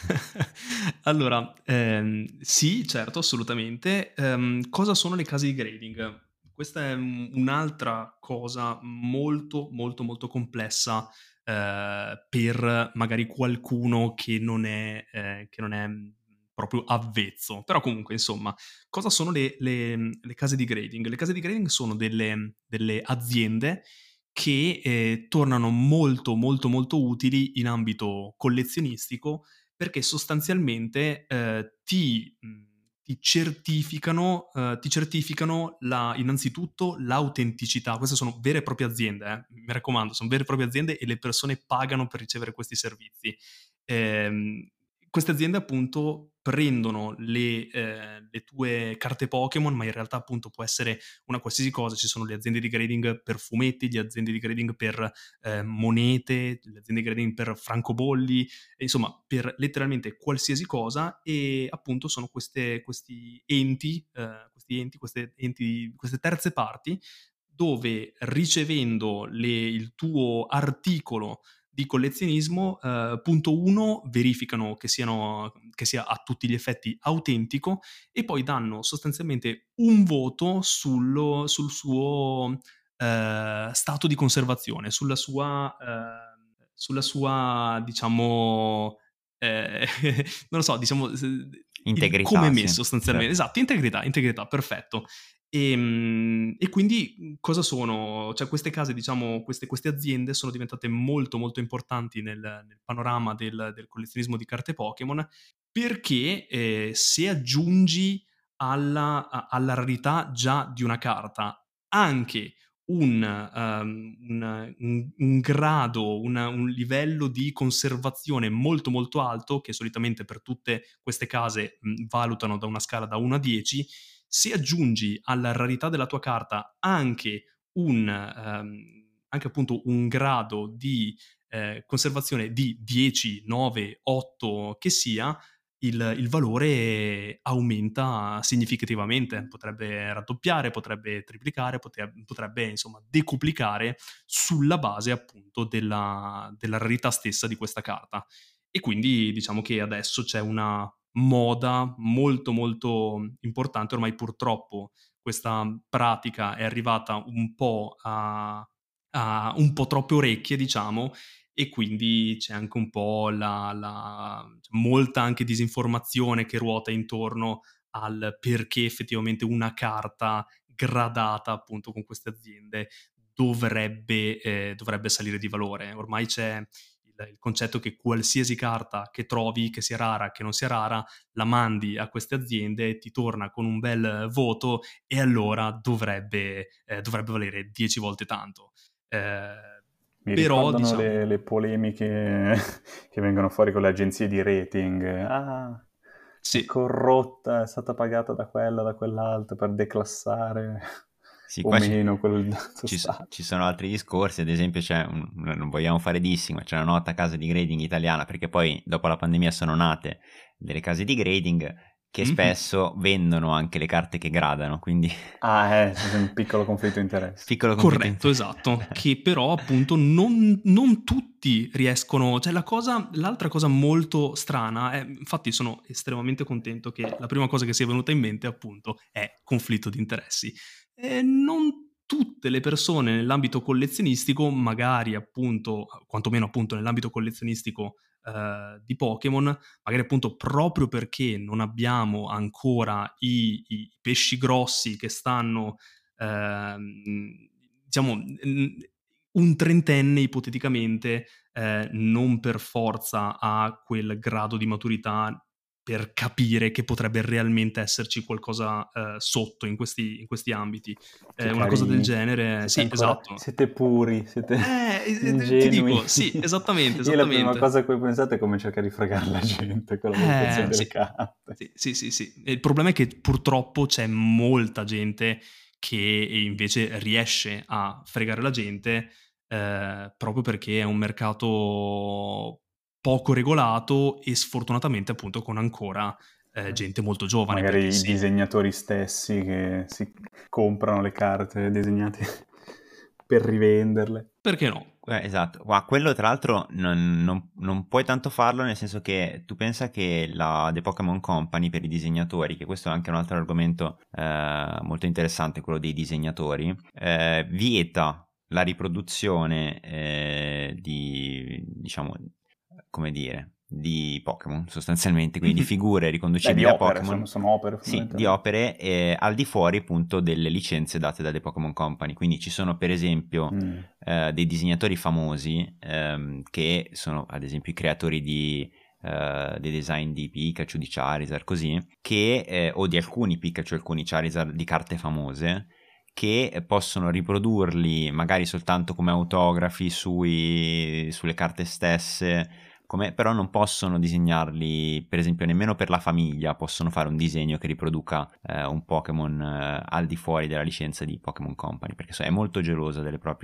[SPEAKER 3] Allora, sì, certo, assolutamente. Cosa sono le case di grading? Questa è un'altra cosa molto, molto, molto complessa per magari qualcuno che non è proprio avvezzo. Però comunque, insomma, cosa sono le case di grading? Le case di grading sono delle aziende che tornano molto, molto, molto utili in ambito collezionistico perché sostanzialmente ti certificano innanzitutto l'autenticità. Queste sono vere e proprie aziende, mi raccomando, sono vere e proprie aziende e le persone pagano per ricevere questi servizi. Ehm, Queste aziende appunto prendono le tue carte Pokémon, ma in realtà appunto può essere una qualsiasi cosa. Ci sono le aziende di grading per fumetti, le aziende di grading per monete, le aziende di grading per francobolli, insomma per letteralmente qualsiasi cosa. E appunto sono questi enti, queste terze parti dove ricevendo il tuo articolo di collezionismo, punto 1 verificano che sia a tutti gli effetti autentico e poi danno sostanzialmente un voto sul suo stato di conservazione, sulla sua diciamo non lo so, diciamo il come è
[SPEAKER 2] Integrità, sì,
[SPEAKER 3] messo sostanzialmente.
[SPEAKER 2] certo.
[SPEAKER 3] Esatto, integrità, perfetto. E quindi cosa sono? Cioè queste case, diciamo, queste aziende sono diventate molto molto importanti nel panorama del collezionismo di carte Pokémon perché se aggiungi alla rarità già di una carta anche un grado, un livello di conservazione molto molto alto, che solitamente per tutte queste case valutano da una scala da 1 a 10, se aggiungi alla rarità della tua carta anche appunto un grado di conservazione di 10, 9, 8 che sia, il valore aumenta significativamente, potrebbe raddoppiare, potrebbe triplicare, potrebbe insomma decuplicare sulla base appunto della rarità stessa di questa carta. E quindi diciamo che adesso c'è una moda molto molto importante, ormai purtroppo questa pratica è arrivata un po' a un po' troppe orecchie, diciamo, e quindi c'è anche un po' molta anche disinformazione che ruota intorno al perché effettivamente una carta gradata appunto con queste aziende dovrebbe salire di valore. Ormai c'è il concetto che qualsiasi carta che trovi, che sia rara, che non sia rara, la mandi a queste aziende, ti torna con un bel voto e allora dovrebbe valere 10 volte tanto.
[SPEAKER 1] Mi
[SPEAKER 3] Però,
[SPEAKER 1] ricordano
[SPEAKER 3] diciamo...
[SPEAKER 1] le polemiche che vengono fuori con le agenzie di rating. Ah, è
[SPEAKER 3] Sì,
[SPEAKER 1] corrotta, è stata pagata da quella, da quell'altra per declassare
[SPEAKER 2] Sì,
[SPEAKER 1] o
[SPEAKER 2] qua
[SPEAKER 1] meno quel dato stato.
[SPEAKER 2] ci sono altri discorsi, ad esempio non vogliamo fare dissing, ma c'è una nota casa di grading italiana, perché poi dopo la pandemia sono nate delle case di grading che
[SPEAKER 3] mhm.
[SPEAKER 2] spesso vendono anche le carte che gradano, quindi
[SPEAKER 1] Ah, c'è un piccolo conflitto di interessi.
[SPEAKER 2] piccolo conflitto
[SPEAKER 3] Corretto, esatto, che però appunto non tutti riescono, cioè l'altra cosa molto strana, infatti sono estremamente contento che la prima cosa che sia venuta in mente appunto è conflitto di interessi. Non tutte le persone nell'ambito collezionistico, magari appunto, quantomeno appunto nell'ambito collezionistico di Pokémon, magari appunto proprio perché non abbiamo ancora i pesci grossi che stanno diciamo, un trentenne ipoteticamente non per forza ha quel grado di maturità per capire che potrebbe realmente esserci qualcosa sotto in questi ambiti.
[SPEAKER 1] Che
[SPEAKER 3] Una cosa del
[SPEAKER 1] carini.
[SPEAKER 3] genere,
[SPEAKER 1] Siete
[SPEAKER 3] sì,
[SPEAKER 1] ancora,
[SPEAKER 3] esatto.
[SPEAKER 1] siete puri, siete
[SPEAKER 3] Ti
[SPEAKER 1] ingenui.
[SPEAKER 3] dico, sì, esattamente,
[SPEAKER 1] Io la prima
[SPEAKER 3] esattamente.
[SPEAKER 1] cosa a cui pensate è come cercare di fregare la gente con la valutazione delle
[SPEAKER 3] Sì.
[SPEAKER 1] carte.
[SPEAKER 3] Sì, sì, sì, sì. E il problema è che purtroppo c'è molta gente che invece riesce a fregare la gente, proprio perché è un mercato poco regolato e sfortunatamente appunto con ancora, gente molto giovane, perché
[SPEAKER 1] Magari i
[SPEAKER 3] sì.
[SPEAKER 1] disegnatori stessi che si comprano le carte disegnate per rivenderle.
[SPEAKER 3] Perché no?
[SPEAKER 2] Esatto, ma quello tra l'altro non puoi tanto farlo, nel senso che tu pensa che la The Pokémon Company per i disegnatori, che questo è anche un altro argomento molto interessante, quello dei disegnatori, vieta la riproduzione di, diciamo, come dire, di Pokémon sostanzialmente, quindi di
[SPEAKER 3] Mh-mh.
[SPEAKER 2] figure
[SPEAKER 1] Beh, di
[SPEAKER 2] riconducibili a
[SPEAKER 1] opere,
[SPEAKER 2] Pokémon.
[SPEAKER 1] sono opere
[SPEAKER 2] Sì, di
[SPEAKER 1] fondamentalmente.
[SPEAKER 2] opere al di fuori appunto delle licenze date dalle Pokémon Company. Quindi ci sono per esempio
[SPEAKER 1] Mm.
[SPEAKER 2] dei disegnatori famosi che sono ad esempio i creatori dei design di Pikachu, di Charizard, così, che, o di alcuni Pikachu, alcuni Charizard di carte famose, che possono riprodurli magari soltanto come autografi sulle carte stesse, però non possono disegnarli, per esempio, nemmeno per la famiglia possono fare un disegno che riproduca un Pokémon al di fuori della licenza di Pokémon Company, perché è molto gelosa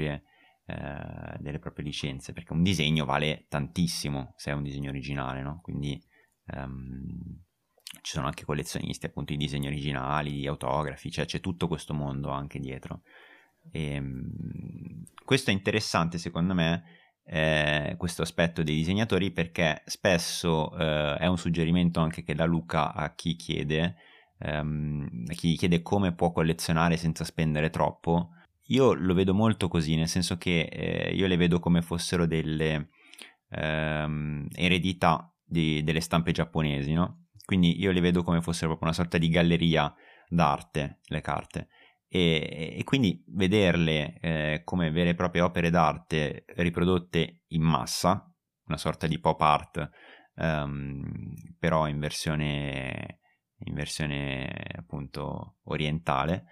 [SPEAKER 2] delle proprie licenze, perché un disegno vale tantissimo se è un disegno originale, no? Quindi ci sono anche collezionisti appunto di disegni originali, di autografi, cioè c'è tutto questo mondo anche dietro. Questo è interessante secondo me, questo aspetto dei disegnatori, perché spesso è un suggerimento anche che dà Luca a chi chiede come può collezionare senza spendere troppo. Io lo vedo molto così, nel senso che io le vedo come fossero delle eredità delle stampe giapponesi, no? Quindi io le vedo come fossero proprio una sorta di galleria d'arte, le carte. E quindi vederle come vere e proprie opere d'arte riprodotte in massa, una sorta di pop art, però in versione appunto orientale,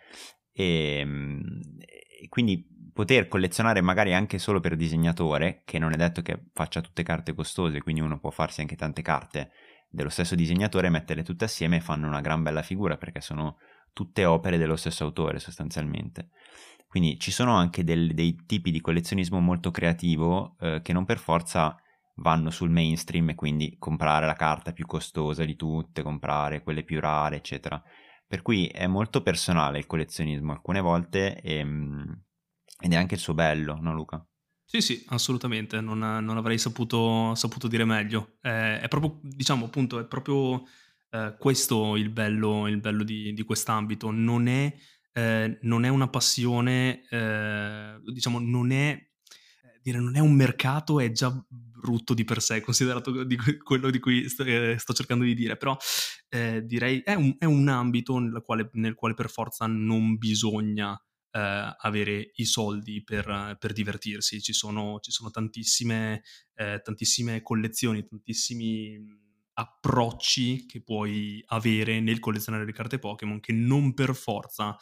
[SPEAKER 2] e quindi poter collezionare magari anche solo per disegnatore, che non è detto che faccia tutte carte costose, quindi uno può farsi anche tante carte dello stesso disegnatore, metterle tutte assieme e fanno una gran bella figura, perché sono tutte opere dello stesso autore sostanzialmente. Quindi ci sono anche dei tipi di collezionismo molto creativo che non per forza vanno sul mainstream, e quindi comprare la carta più costosa di tutte, comprare quelle più rare, eccetera. Per cui è molto personale il collezionismo alcune volte, ed è anche il suo bello, no Luca?
[SPEAKER 3] Sì, sì, assolutamente, non avrei saputo dire meglio. È proprio, diciamo, appunto, è proprio questo il bello di quest'ambito. Non è una passione, diciamo, non è un mercato, è già brutto di per sé, considerato quello di cui sto cercando di dire, però direi è un ambito nel quale per forza non bisogna avere i soldi per divertirsi. Ci sono tantissime collezioni, tantissimi approcci che puoi avere nel collezionare le carte Pokémon che non per forza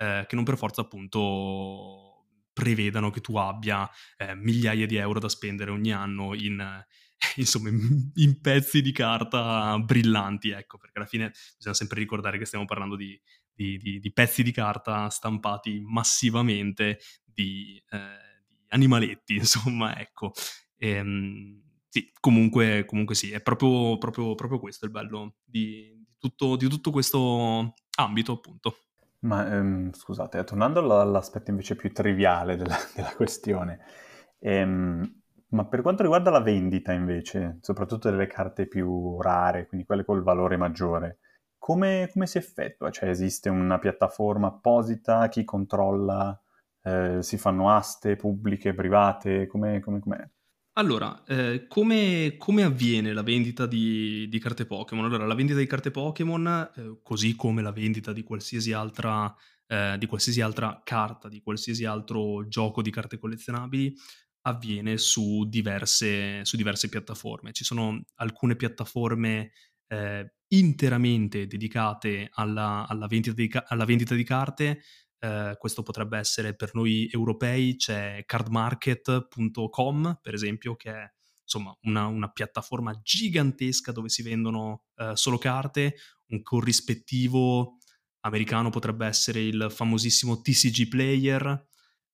[SPEAKER 3] appunto prevedano che tu abbia migliaia di euro da spendere ogni anno insomma, in pezzi di carta brillanti, ecco, perché alla fine bisogna sempre ricordare che stiamo parlando di pezzi di carta stampati massivamente di animaletti, insomma, ecco. Sì, comunque sì, è proprio questo il bello di tutto questo ambito, appunto.
[SPEAKER 1] Ma scusate, tornando all'aspetto invece più triviale della questione, ma per quanto riguarda la vendita invece, soprattutto delle carte più rare, quindi quelle col valore maggiore, come si effettua? Cioè esiste una piattaforma apposita, chi controlla, si fanno aste pubbliche, private, com'è?
[SPEAKER 3] Allora, come avviene la vendita di carte Pokémon? Allora, la vendita di carte Pokémon, così come la vendita di qualsiasi altra carta, di qualsiasi altro gioco di carte collezionabili, avviene su diverse piattaforme. Ci sono alcune piattaforme, interamente dedicate alla vendita di carte. Questo potrebbe essere per noi europei, c'è cardmarket.com, per esempio, che è insomma una piattaforma gigantesca dove si vendono solo carte. Un corrispettivo americano potrebbe essere il famosissimo TCG Player.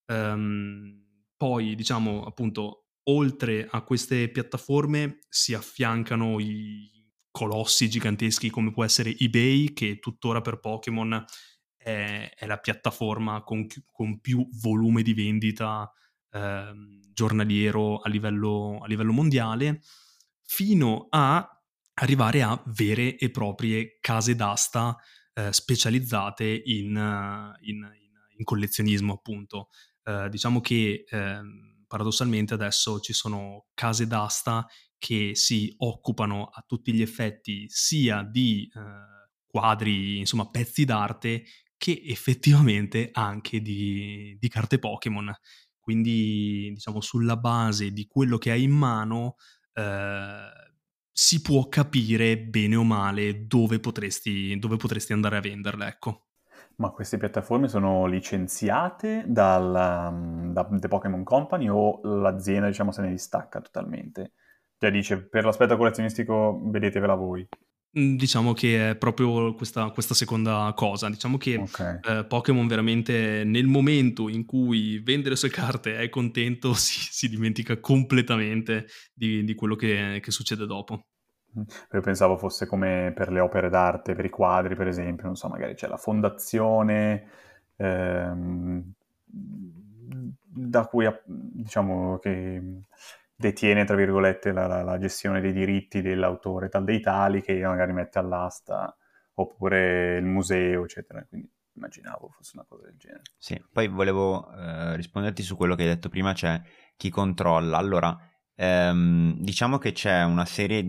[SPEAKER 3] Poi, diciamo, appunto, oltre a queste piattaforme si affiancano i colossi giganteschi come può essere eBay, che tuttora per Pokémon è la piattaforma con più volume di vendita giornaliero a livello mondiale, fino a arrivare a vere e proprie case d'asta specializzate in collezionismo, appunto. Diciamo che paradossalmente adesso ci sono case d'asta che si occupano a tutti gli effetti sia di quadri, insomma pezzi d'arte, che effettivamente anche di carte Pokémon. Quindi, diciamo, sulla base di quello che hai in mano, si può capire bene o male dove potresti andare a venderle, ecco.
[SPEAKER 1] Ma queste piattaforme sono licenziate da The Pokémon Company o l'azienda, diciamo, se ne distacca totalmente? Cioè dice, per l'aspetto collezionistico vedetevela voi.
[SPEAKER 3] Diciamo che è proprio questa seconda cosa. Diciamo che
[SPEAKER 1] Ok.
[SPEAKER 3] Pokémon veramente nel momento in cui vende le sue carte è contento, si dimentica completamente di quello che succede dopo.
[SPEAKER 1] Io pensavo fosse come per le opere d'arte, per i quadri, per esempio, non so, magari c'è la fondazione da cui, diciamo, che detiene, tra virgolette, la gestione dei diritti dell'autore tal dei tali, che magari mette all'asta, oppure il museo, eccetera. Quindi immaginavo fosse una cosa del genere.
[SPEAKER 2] Sì, poi volevo risponderti su quello che hai detto prima, cioè chi controlla. Allora, diciamo che c'è una serie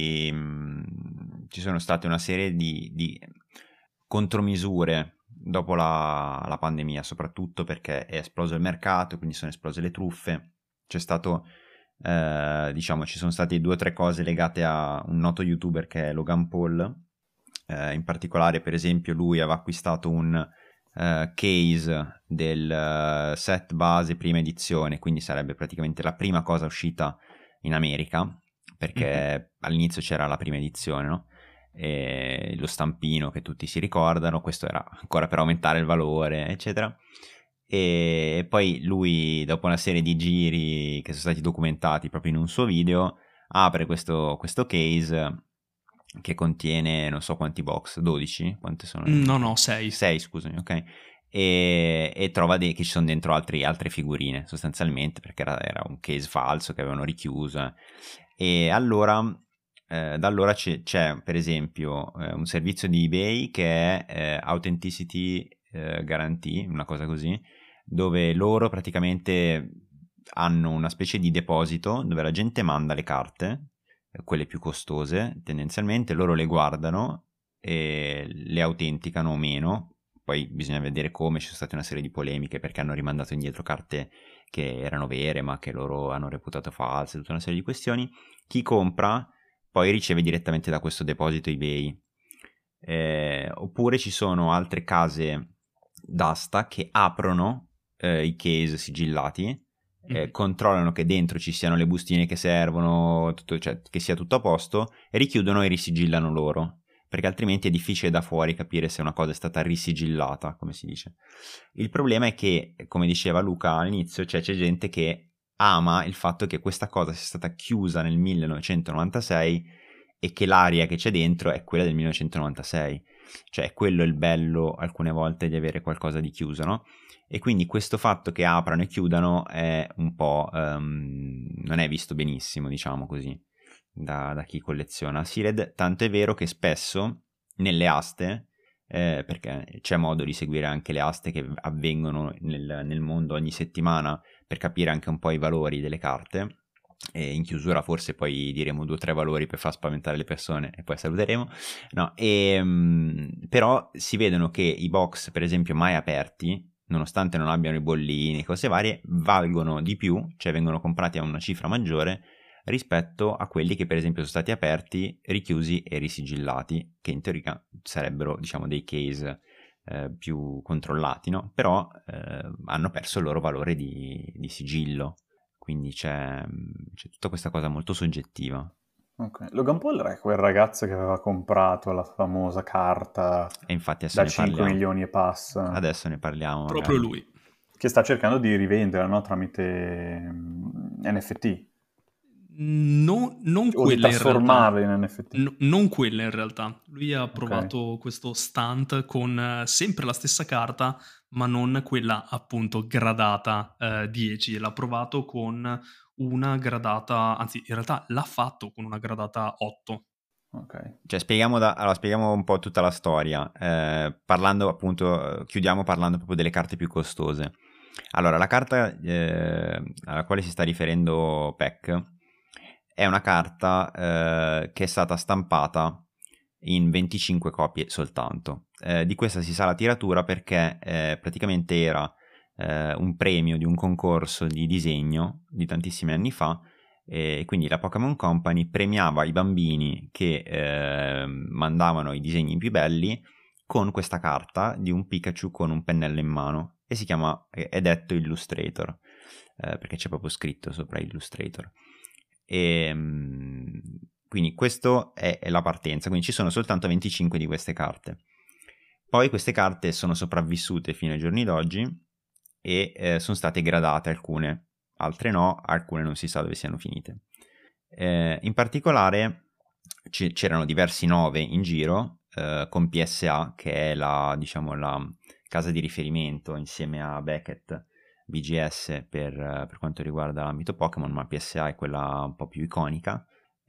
[SPEAKER 2] ci sono state una serie di contromisure dopo la pandemia, soprattutto perché è esploso il mercato, quindi sono esplose le truffe. C'è stato, diciamo, ci sono state 2 o 3 cose legate a un noto youtuber che è Logan Paul. In particolare, per esempio, lui aveva acquistato un case del set base prima edizione, quindi sarebbe praticamente la prima cosa uscita in America, perché all'inizio c'era la prima edizione, no? E lo stampino che tutti si ricordano, questo era ancora per aumentare il valore, eccetera. E poi lui, dopo una serie di giri che sono stati documentati proprio in un suo video, apre questo case che contiene non so quanti box, 12? Quante sono?
[SPEAKER 3] No, 6.
[SPEAKER 2] 6, scusami, ok. E trova che ci sono dentro altre figurine, sostanzialmente, perché era un case falso che avevano richiuso. E allora, da allora c'è per esempio un servizio di eBay che è Authenticity Guarantee, una cosa così, dove loro praticamente hanno una specie di deposito dove la gente manda le carte, quelle più costose tendenzialmente, loro le guardano e le autenticano o meno, poi bisogna vedere come, ci sono state una serie di polemiche perché hanno rimandato indietro carte che erano vere ma che loro hanno reputato false, tutta una serie di questioni. Chi compra poi riceve direttamente da questo deposito eBay. Oppure ci sono altre case d'asta che aprono i case sigillati, controllano che dentro ci siano le bustine che servono, cioè che sia tutto a posto, e richiudono e risigillano loro, perché altrimenti è difficile da fuori capire se una cosa è stata risigillata, come si dice. Il problema è che, come diceva Luca all'inizio, c'è gente che ama il fatto che questa cosa sia stata chiusa nel 1996 e che l'aria che c'è dentro è quella del 1996, cioè quello è il bello alcune volte di avere qualcosa di chiuso, no? E quindi questo fatto che aprano e chiudano è un po' non è visto benissimo, diciamo così, da chi colleziona Sealed, tanto è vero che spesso nelle aste, perché c'è modo di seguire anche le aste che avvengono nel mondo ogni settimana per capire anche un po' i valori delle carte, e in chiusura forse poi diremo 2 o 3 valori per far spaventare le persone e poi saluteremo, no, però si vedono che i box, per esempio, mai aperti, nonostante non abbiano i bollini, cose varie, valgono di più, cioè vengono comprati a una cifra maggiore rispetto a quelli che per esempio sono stati aperti, richiusi e risigillati, che in teoria sarebbero, diciamo, dei case più controllati, no? Però hanno perso il loro valore di sigillo. Quindi c'è tutta questa cosa molto soggettiva.
[SPEAKER 1] Ok. Logan Paul era quel ragazzo che aveva comprato la famosa carta
[SPEAKER 2] E infatti
[SPEAKER 1] da 5 milioni e passa.
[SPEAKER 2] Adesso ne parliamo.
[SPEAKER 3] Proprio
[SPEAKER 2] magari.
[SPEAKER 3] lui.
[SPEAKER 1] Che sta cercando di rivendere, no? Tramite NFT.
[SPEAKER 3] Non
[SPEAKER 1] O di
[SPEAKER 3] quella in realtà.
[SPEAKER 1] trasformarla in NFT.
[SPEAKER 3] Non quella in realtà. Lui ha provato questo stunt con sempre la stessa carta, ma non quella appunto gradata 10. L'ha provato con una gradata, anzi in realtà l'ha fatto con una gradata 8.
[SPEAKER 1] Ok.
[SPEAKER 2] Cioè spieghiamo un po' tutta la storia, parlando appunto, chiudiamo parlando proprio delle carte più costose. Allora, la carta alla quale si sta riferendo Peck è una carta che è stata stampata in 25 copie soltanto. Di questa si sa la tiratura perché praticamente era un premio di un concorso di disegno di tantissimi anni fa, e quindi la Pokémon Company premiava i bambini che mandavano i disegni più belli con questa carta di un Pikachu con un pennello in mano, e si chiama, è detto Illustrator, perché c'è proprio scritto sopra Illustrator. E quindi questa è la partenza, quindi ci sono soltanto 25 di queste carte. Poi queste carte sono sopravvissute fino ai giorni d'oggi e sono state gradate alcune, altre no, alcune non si sa dove siano finite. In particolare c'erano diversi 9 in giro con PSA, che è la casa di riferimento insieme a Beckett BGS per quanto riguarda l'ambito Pokémon, ma PSA è quella un po' più iconica,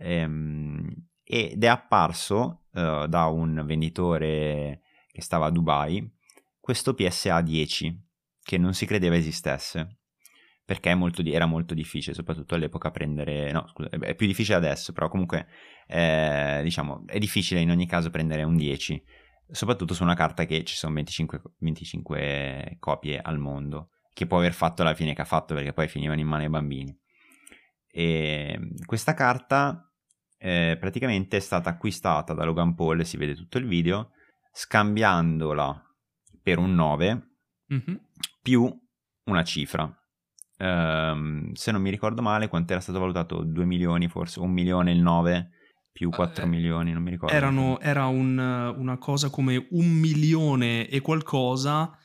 [SPEAKER 2] ed è apparso da un venditore che stava a Dubai questo PSA 10 che non si credeva esistesse, perché era molto difficile, soprattutto all'epoca prendere, no scusa, è più difficile adesso, però comunque diciamo è difficile in ogni caso prendere un 10, soprattutto su una carta che ci sono 25 copie al mondo, che può aver fatto la fine che ha fatto, perché poi finivano in mano ai bambini. E questa carta praticamente è stata acquistata da Logan Paul, si vede tutto il video, scambiandola per un 9 più una cifra. Se non mi ricordo male, quanto era stato valutato? 2 milioni forse, 1 milione il 9 più 4 milioni, non mi ricordo.
[SPEAKER 3] Era una cosa come 1 milione e qualcosa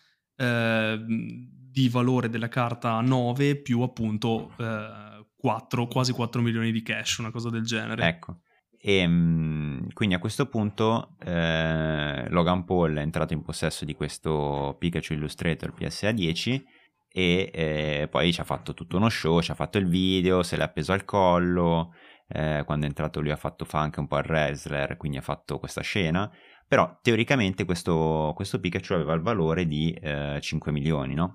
[SPEAKER 3] di valore della carta 9 più appunto 4, quasi 4 milioni di cash, una cosa del genere.
[SPEAKER 2] Ecco, e quindi a questo punto Logan Paul è entrato in possesso di questo Pikachu Illustrator PSA 10 e poi ci ha fatto tutto uno show, ci ha fatto il video, se l'è appeso al collo, quando è entrato lui fa anche un po' il wrestler, quindi ha fatto questa scena, però teoricamente questo Pikachu aveva il valore di 5 milioni, no?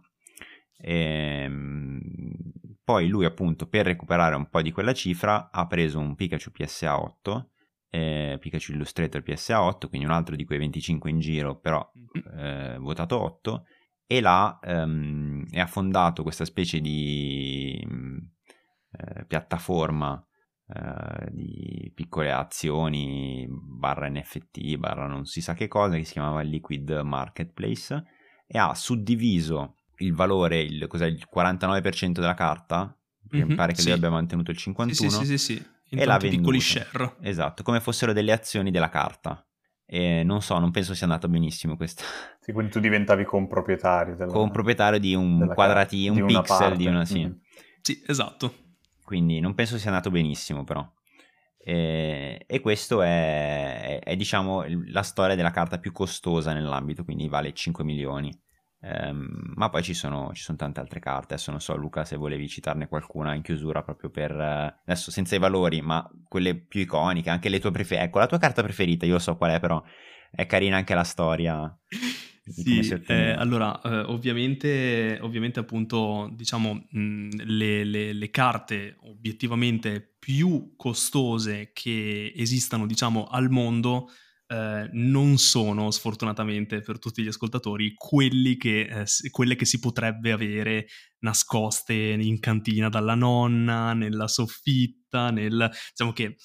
[SPEAKER 2] Poi lui appunto per recuperare un po' di quella cifra ha preso un Pikachu PSA 8 Pikachu Illustrator PSA 8, quindi un altro di quei 25 in giro, però votato 8, e là e ha fondato questa specie di piattaforma di piccole azioni barra NFT barra non si sa che cosa, che si chiamava Liquid Marketplace, e ha suddiviso il valore, cos'è, il 49% della carta, perché mi pare che lui abbia mantenuto il 51%,
[SPEAKER 3] sì. In
[SPEAKER 2] e l'ha
[SPEAKER 3] tanti piccoli
[SPEAKER 2] venduto.
[SPEAKER 3] share.
[SPEAKER 2] Esatto, come fossero delle azioni della carta. E non penso sia andato benissimo questo.
[SPEAKER 1] Sì, quindi tu diventavi comproprietario
[SPEAKER 2] Comproprietario di un quadratino,
[SPEAKER 1] di
[SPEAKER 2] un
[SPEAKER 1] una
[SPEAKER 2] pixel
[SPEAKER 1] parte.
[SPEAKER 2] di una, sì.
[SPEAKER 1] Mm-hmm.
[SPEAKER 3] Sì, esatto.
[SPEAKER 2] Quindi non penso sia andato benissimo, però. E questo è diciamo la storia della carta più costosa nell'ambito, quindi vale 5 milioni. Ma poi ci sono tante altre carte. Adesso non so, Luca, se volevi citarne qualcuna in chiusura, proprio per adesso senza i valori, ma quelle più iconiche, anche le tue preferite. Ecco, la tua carta preferita, io lo so qual è, però è carina anche la storia di come si otteneva.
[SPEAKER 3] Allora, ovviamente appunto, diciamo, le carte obiettivamente più costose che esistano, diciamo, al mondo non sono, sfortunatamente per tutti gli ascoltatori, quelle che si potrebbe avere nascoste in cantina dalla nonna, nella soffitta, diciamo che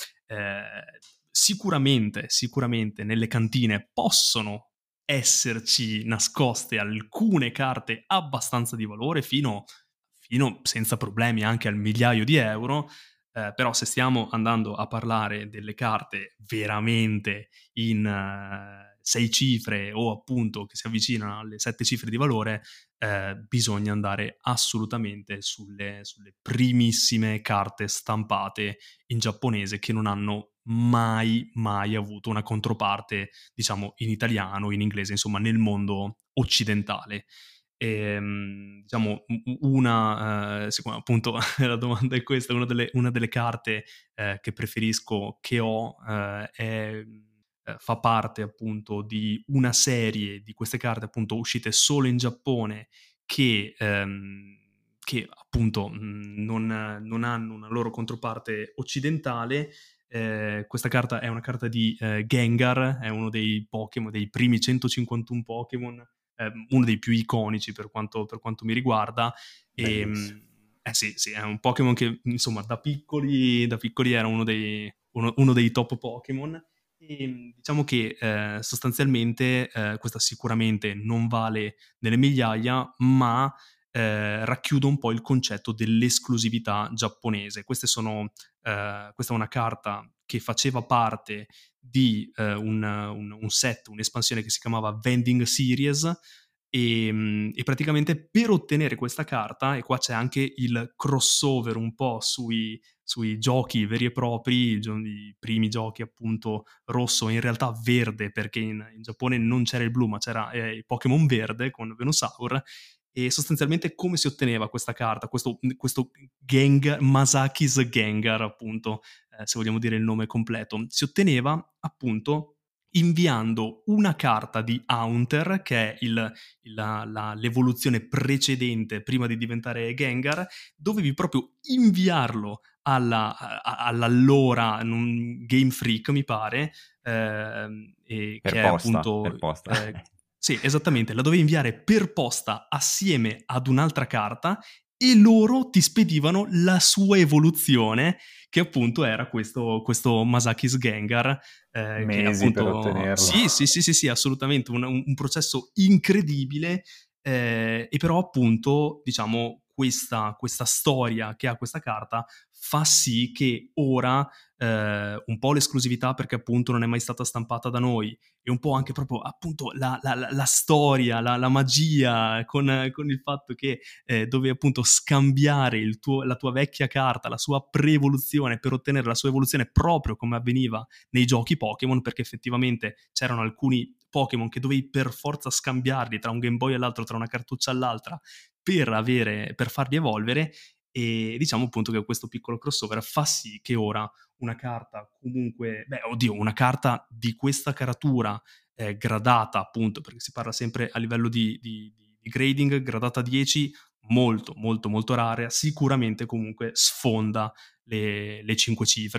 [SPEAKER 3] sicuramente nelle cantine possono esserci nascoste alcune carte abbastanza di valore fino senza problemi anche al migliaio di euro, però se stiamo andando a parlare delle carte veramente in 6 cifre o appunto che si avvicinano alle 7 cifre di valore, bisogna andare assolutamente sulle primissime carte stampate in giapponese che non hanno mai avuto una controparte, diciamo, in italiano, in inglese, insomma, nel mondo occidentale. Diciamo, siccome appunto la domanda è questa, una delle carte che preferisco, che ho, fa parte appunto di una serie di queste carte appunto uscite solo in Giappone che appunto non hanno una loro controparte occidentale. Questa carta è una carta di Gengar, è uno dei Pokémon, dei primi 151 Pokémon, uno dei più iconici per quanto mi riguarda. Sì, è un Pokémon che insomma da piccoli era uno dei top Pokémon. E diciamo che sostanzialmente questa sicuramente non vale nelle migliaia, ma racchiude un po' il concetto dell'esclusività giapponese. Questa è una carta che faceva parte di un set, un'espansione che si chiamava Vending Series, e praticamente per ottenere questa carta, e qua c'è anche il crossover un po' sui giochi veri e propri, i primi giochi appunto rosso e in realtà verde, perché in Giappone non c'era il blu ma c'era il Pokémon verde con Venusaur. E sostanzialmente come si otteneva questa carta, questo Gengar, Masaki's Gengar appunto, se vogliamo dire il nome completo, si otteneva appunto inviando una carta di Haunter, che è l'evoluzione precedente prima di diventare Gengar, dovevi proprio inviarlo all'allora Game Freak, mi pare, che è appunto...
[SPEAKER 2] Per posta.
[SPEAKER 3] Sì, esattamente, la dovevi inviare per posta assieme ad un'altra carta e loro ti spedivano la sua evoluzione, che appunto era questo Masaki's Gengar, che
[SPEAKER 1] Mesi
[SPEAKER 3] appunto...
[SPEAKER 1] per ottenerlo.
[SPEAKER 3] Sì, assolutamente, un processo incredibile, e però appunto, diciamo, questa storia che ha questa carta fa sì che ora un po' l'esclusività, perché appunto non è mai stata stampata da noi, e un po' anche proprio appunto la storia, la magia con il fatto che dovevi appunto scambiare la tua vecchia carta, la sua pre-evoluzione, per ottenere la sua evoluzione proprio come avveniva nei giochi Pokémon, perché effettivamente c'erano alcuni Pokémon che dovevi per forza scambiarli tra un Game Boy all'altro, tra una cartuccia all'altra, per farli evolvere. E diciamo appunto che questo piccolo crossover fa sì che ora una carta comunque, una carta di questa caratura gradata appunto, perché si parla sempre a livello di grading, gradata 10, molto rara, sicuramente comunque sfonda le 5 cifre,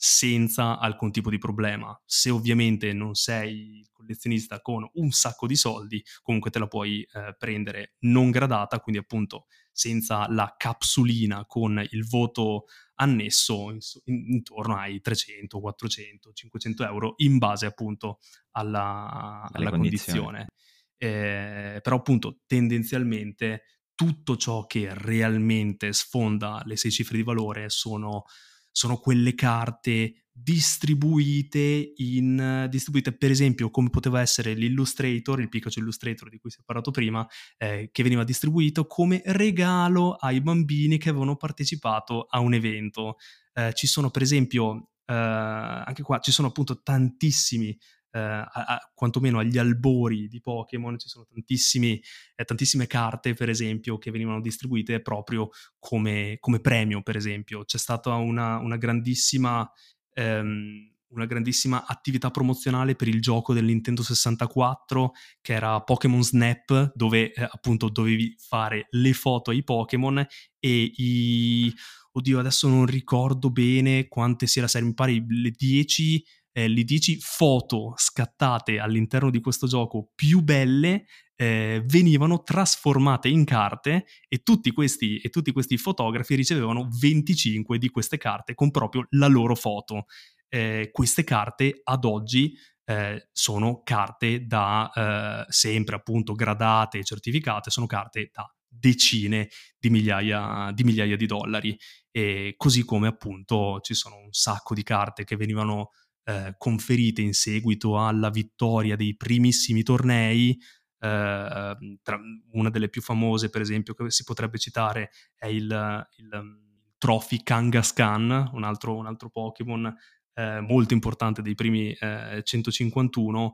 [SPEAKER 3] senza alcun tipo di problema. Se ovviamente non sei collezionista con un sacco di soldi, comunque te la puoi prendere non gradata, quindi appunto senza la capsulina con il voto annesso intorno ai 300, 400, 500 euro in base appunto alla condizione. Però appunto tendenzialmente tutto ciò che realmente sfonda le 6 cifre di valore sono quelle carte distribuite per esempio come poteva essere l'Illustrator, il Pikachu Illustrator di cui si è parlato prima, che veniva distribuito come regalo ai bambini che avevano partecipato a un evento. Ci sono per esempio, anche qua ci sono appunto tantissimi, quantomeno agli albori di Pokémon ci sono tantissime carte per esempio che venivano distribuite proprio come premio. Per esempio c'è stata una grandissima attività promozionale per il gioco del Nintendo 64 che era Pokémon Snap, dove appunto dovevi fare le foto ai Pokémon e oddio adesso non ricordo bene quante sia la serie, mi pare le 10 foto scattate all'interno di questo gioco più belle venivano trasformate in carte e tutti questi fotografi ricevevano 25 di queste carte con proprio la loro foto. Queste carte ad oggi sono carte da sempre appunto gradate e certificate, sono carte da decine di migliaia di dollari, e così come appunto ci sono un sacco di carte che venivano conferite in seguito alla vittoria dei primissimi tornei. Una delle più famose per esempio che si potrebbe citare è il Trophy Kangaskhan, un altro Pokémon molto importante dei primi 151,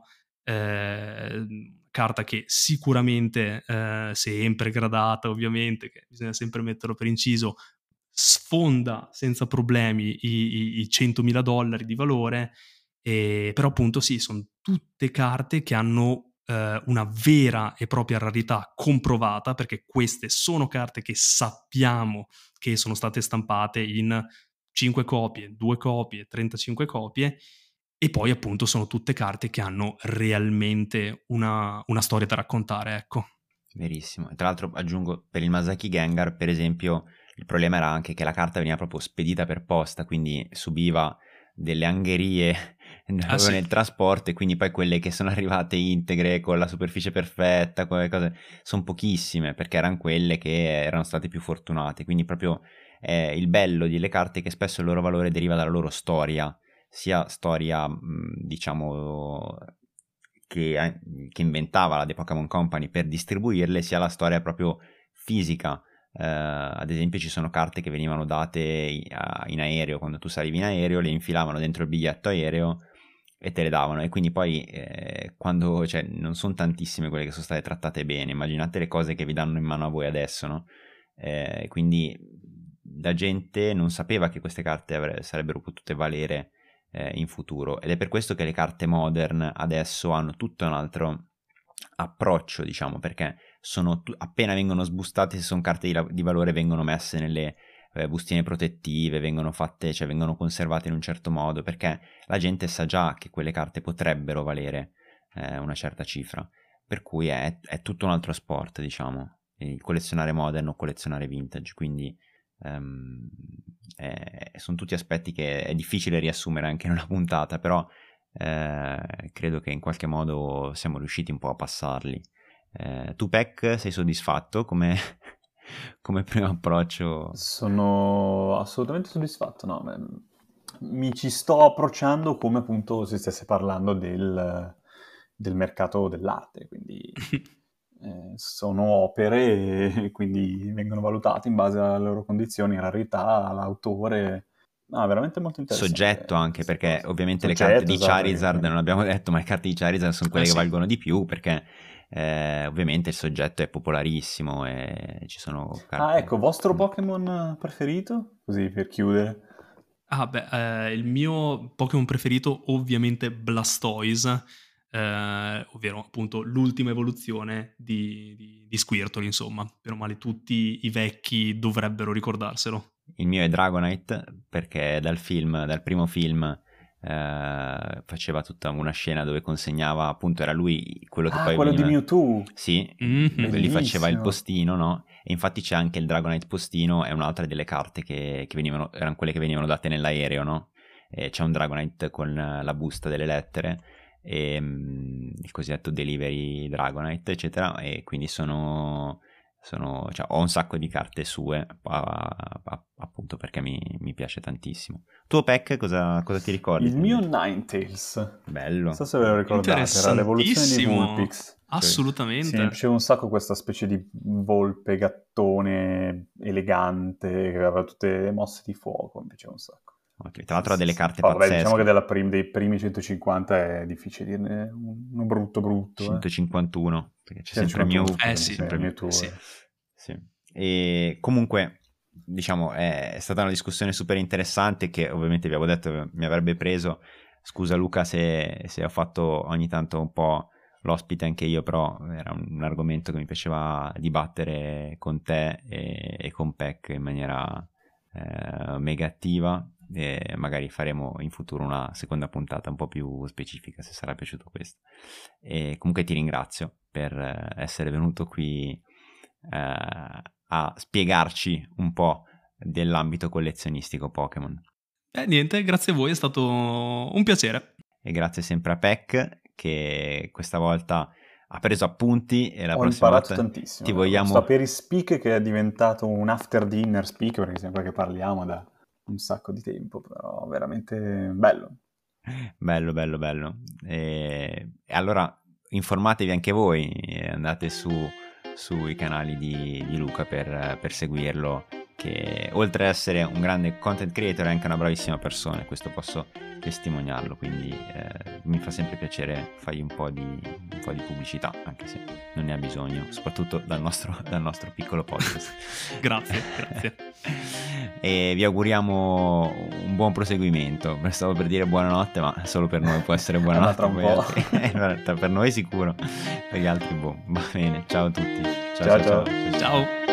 [SPEAKER 3] carta che sicuramente sempre gradata ovviamente, che bisogna sempre metterlo per inciso, sfonda senza problemi i $100.000 di valore, però appunto sì, sono tutte carte che hanno una vera e propria rarità comprovata, perché queste sono carte che sappiamo che sono state stampate in 5 copie, 2 copie, 35 copie, e poi appunto sono tutte carte che hanno realmente una storia da raccontare, ecco.
[SPEAKER 2] Verissimo. Tra l'altro aggiungo, per il Masaki Gengar per esempio il problema era anche che la carta veniva proprio spedita per posta, quindi subiva delle angherie
[SPEAKER 3] Sì.
[SPEAKER 2] nel trasporto, e quindi poi quelle che sono arrivate integre con la superficie perfetta, quelle cose sono pochissime, perché erano quelle che erano state più fortunate. Quindi proprio il bello delle carte è che spesso il loro valore deriva dalla loro storia, sia storia diciamo che inventava la The Pokémon Company per distribuirle, sia la storia proprio fisica. Ad esempio ci sono carte che venivano date in aereo, quando tu salivi in aereo le infilavano dentro il biglietto aereo e te le davano, e quindi poi quando, cioè, non sono tantissime quelle che sono state trattate bene, immaginate le cose che vi danno in mano a voi adesso, no? Quindi la gente non sapeva che queste carte sarebbero potute valere in futuro, ed è per questo che le carte modern adesso hanno tutto un altro approccio, diciamo, perché appena vengono sbustate, se sono carte di valore, vengono messe nelle bustine protettive, vengono fatte, cioè vengono conservate in un certo modo, perché la gente sa già che quelle carte potrebbero valere una certa cifra, per cui è tutto un altro sport, diciamo, il collezionare modern o collezionare vintage. Quindi sono tutti aspetti che è difficile riassumere anche in una puntata, però credo che in qualche modo siamo riusciti un po' a passarli. Tu Peck, sei soddisfatto come primo approccio?
[SPEAKER 1] Sono assolutamente soddisfatto, no? Mi ci sto approcciando come appunto si stesse parlando del mercato dell'arte, quindi sono opere e quindi vengono valutate in base alle loro condizioni, rarità, all'autore. No, veramente molto interessante.
[SPEAKER 2] Soggetto anche,
[SPEAKER 1] questa
[SPEAKER 2] perché
[SPEAKER 1] cosa.
[SPEAKER 2] ovviamente
[SPEAKER 1] Soggetto,
[SPEAKER 2] le carte di
[SPEAKER 1] esatto,
[SPEAKER 2] Charizard non abbiamo detto, ma le carte di Charizard sono quelle che
[SPEAKER 3] Sì.
[SPEAKER 2] valgono di più, perché ovviamente il soggetto è popolarissimo e ci sono carte.
[SPEAKER 1] ecco, vostro Pokémon preferito? Così per chiudere.
[SPEAKER 3] Il mio Pokémon preferito ovviamente Blastoise, ovvero appunto l'ultima evoluzione di Squirtle, insomma. Per male tutti i vecchi dovrebbero ricordarselo.
[SPEAKER 2] Il mio è Dragonite, perché dal primo film faceva tutta una scena dove consegnava, appunto era lui quello che poi
[SPEAKER 1] quello
[SPEAKER 2] veniva...
[SPEAKER 1] di Mewtwo.
[SPEAKER 2] Sì,
[SPEAKER 3] Mhm.
[SPEAKER 2] lui faceva il
[SPEAKER 1] Bellissimo.
[SPEAKER 2] postino, no? E infatti c'è anche il Dragonite postino, è un'altra delle carte che venivano, erano quelle che venivano date nell'aereo, no? E c'è un Dragonite con la busta delle lettere, e, il cosiddetto Delivery Dragonite, eccetera, e quindi cioè, ho un sacco di carte sue, appunto perché mi piace tantissimo. Tuo pack cosa ti ricordi?
[SPEAKER 1] Il mio Ninetales.
[SPEAKER 2] Bello.
[SPEAKER 1] Non so se ve lo ricordate, era l'evoluzione di
[SPEAKER 3] Interessantissimo.
[SPEAKER 1] Vulpix.
[SPEAKER 3] Assolutamente.
[SPEAKER 1] Sì, mi piaceva un sacco questa specie di volpe gattone elegante che aveva tutte le mosse di fuoco, mi piaceva un sacco.
[SPEAKER 2] Okay. Tra l'altro ha delle carte
[SPEAKER 1] Vabbè,
[SPEAKER 2] pazzesche.
[SPEAKER 1] diciamo che dei primi 150 è difficile dirne uno brutto.
[SPEAKER 2] 151, perché c'è sempre Mew.
[SPEAKER 3] Sì.
[SPEAKER 1] Sempre Mewtwo.
[SPEAKER 3] Sì.
[SPEAKER 2] Sì. E comunque, diciamo, è stata una discussione super interessante che ovviamente vi avevo detto mi avrebbe preso. Scusa Luca se ho fatto ogni tanto un po' l'ospite anche io, però era un argomento che mi piaceva dibattere con te e con Peck in maniera mega attiva, e magari faremo in futuro una seconda puntata un po' più specifica se sarà piaciuto questo. E comunque ti ringrazio per essere venuto qui a spiegarci un po' dell'ambito collezionistico Pokémon.
[SPEAKER 3] Niente, grazie a voi, è stato un piacere.
[SPEAKER 2] E grazie sempre a Peck che questa volta ha preso appunti e la
[SPEAKER 1] Ho
[SPEAKER 2] prossima
[SPEAKER 1] imparato
[SPEAKER 2] volta
[SPEAKER 1] tantissimo.
[SPEAKER 2] ti vogliamo...
[SPEAKER 1] Sto per speak che è diventato un after dinner speak, perché sembra che parliamo da un sacco di tempo, però veramente bello.
[SPEAKER 2] Bello. E allora informatevi anche voi, andate sui canali di Luca per seguirlo, che oltre ad essere un grande content creator è anche una bravissima persona, questo posso testimoniarlo, quindi mi fa sempre piacere fargli un po' di pubblicità, anche se non ne ha bisogno, soprattutto dal nostro piccolo podcast.
[SPEAKER 3] Grazie.
[SPEAKER 2] E vi auguriamo un buon proseguimento. Stavo per dire buonanotte, ma solo per noi può essere buonanotte.
[SPEAKER 1] Tra un po'.
[SPEAKER 2] Per noi sicuro, per gli altri boh. Va bene, ciao a tutti.
[SPEAKER 1] Ciao.
[SPEAKER 3] Ciao.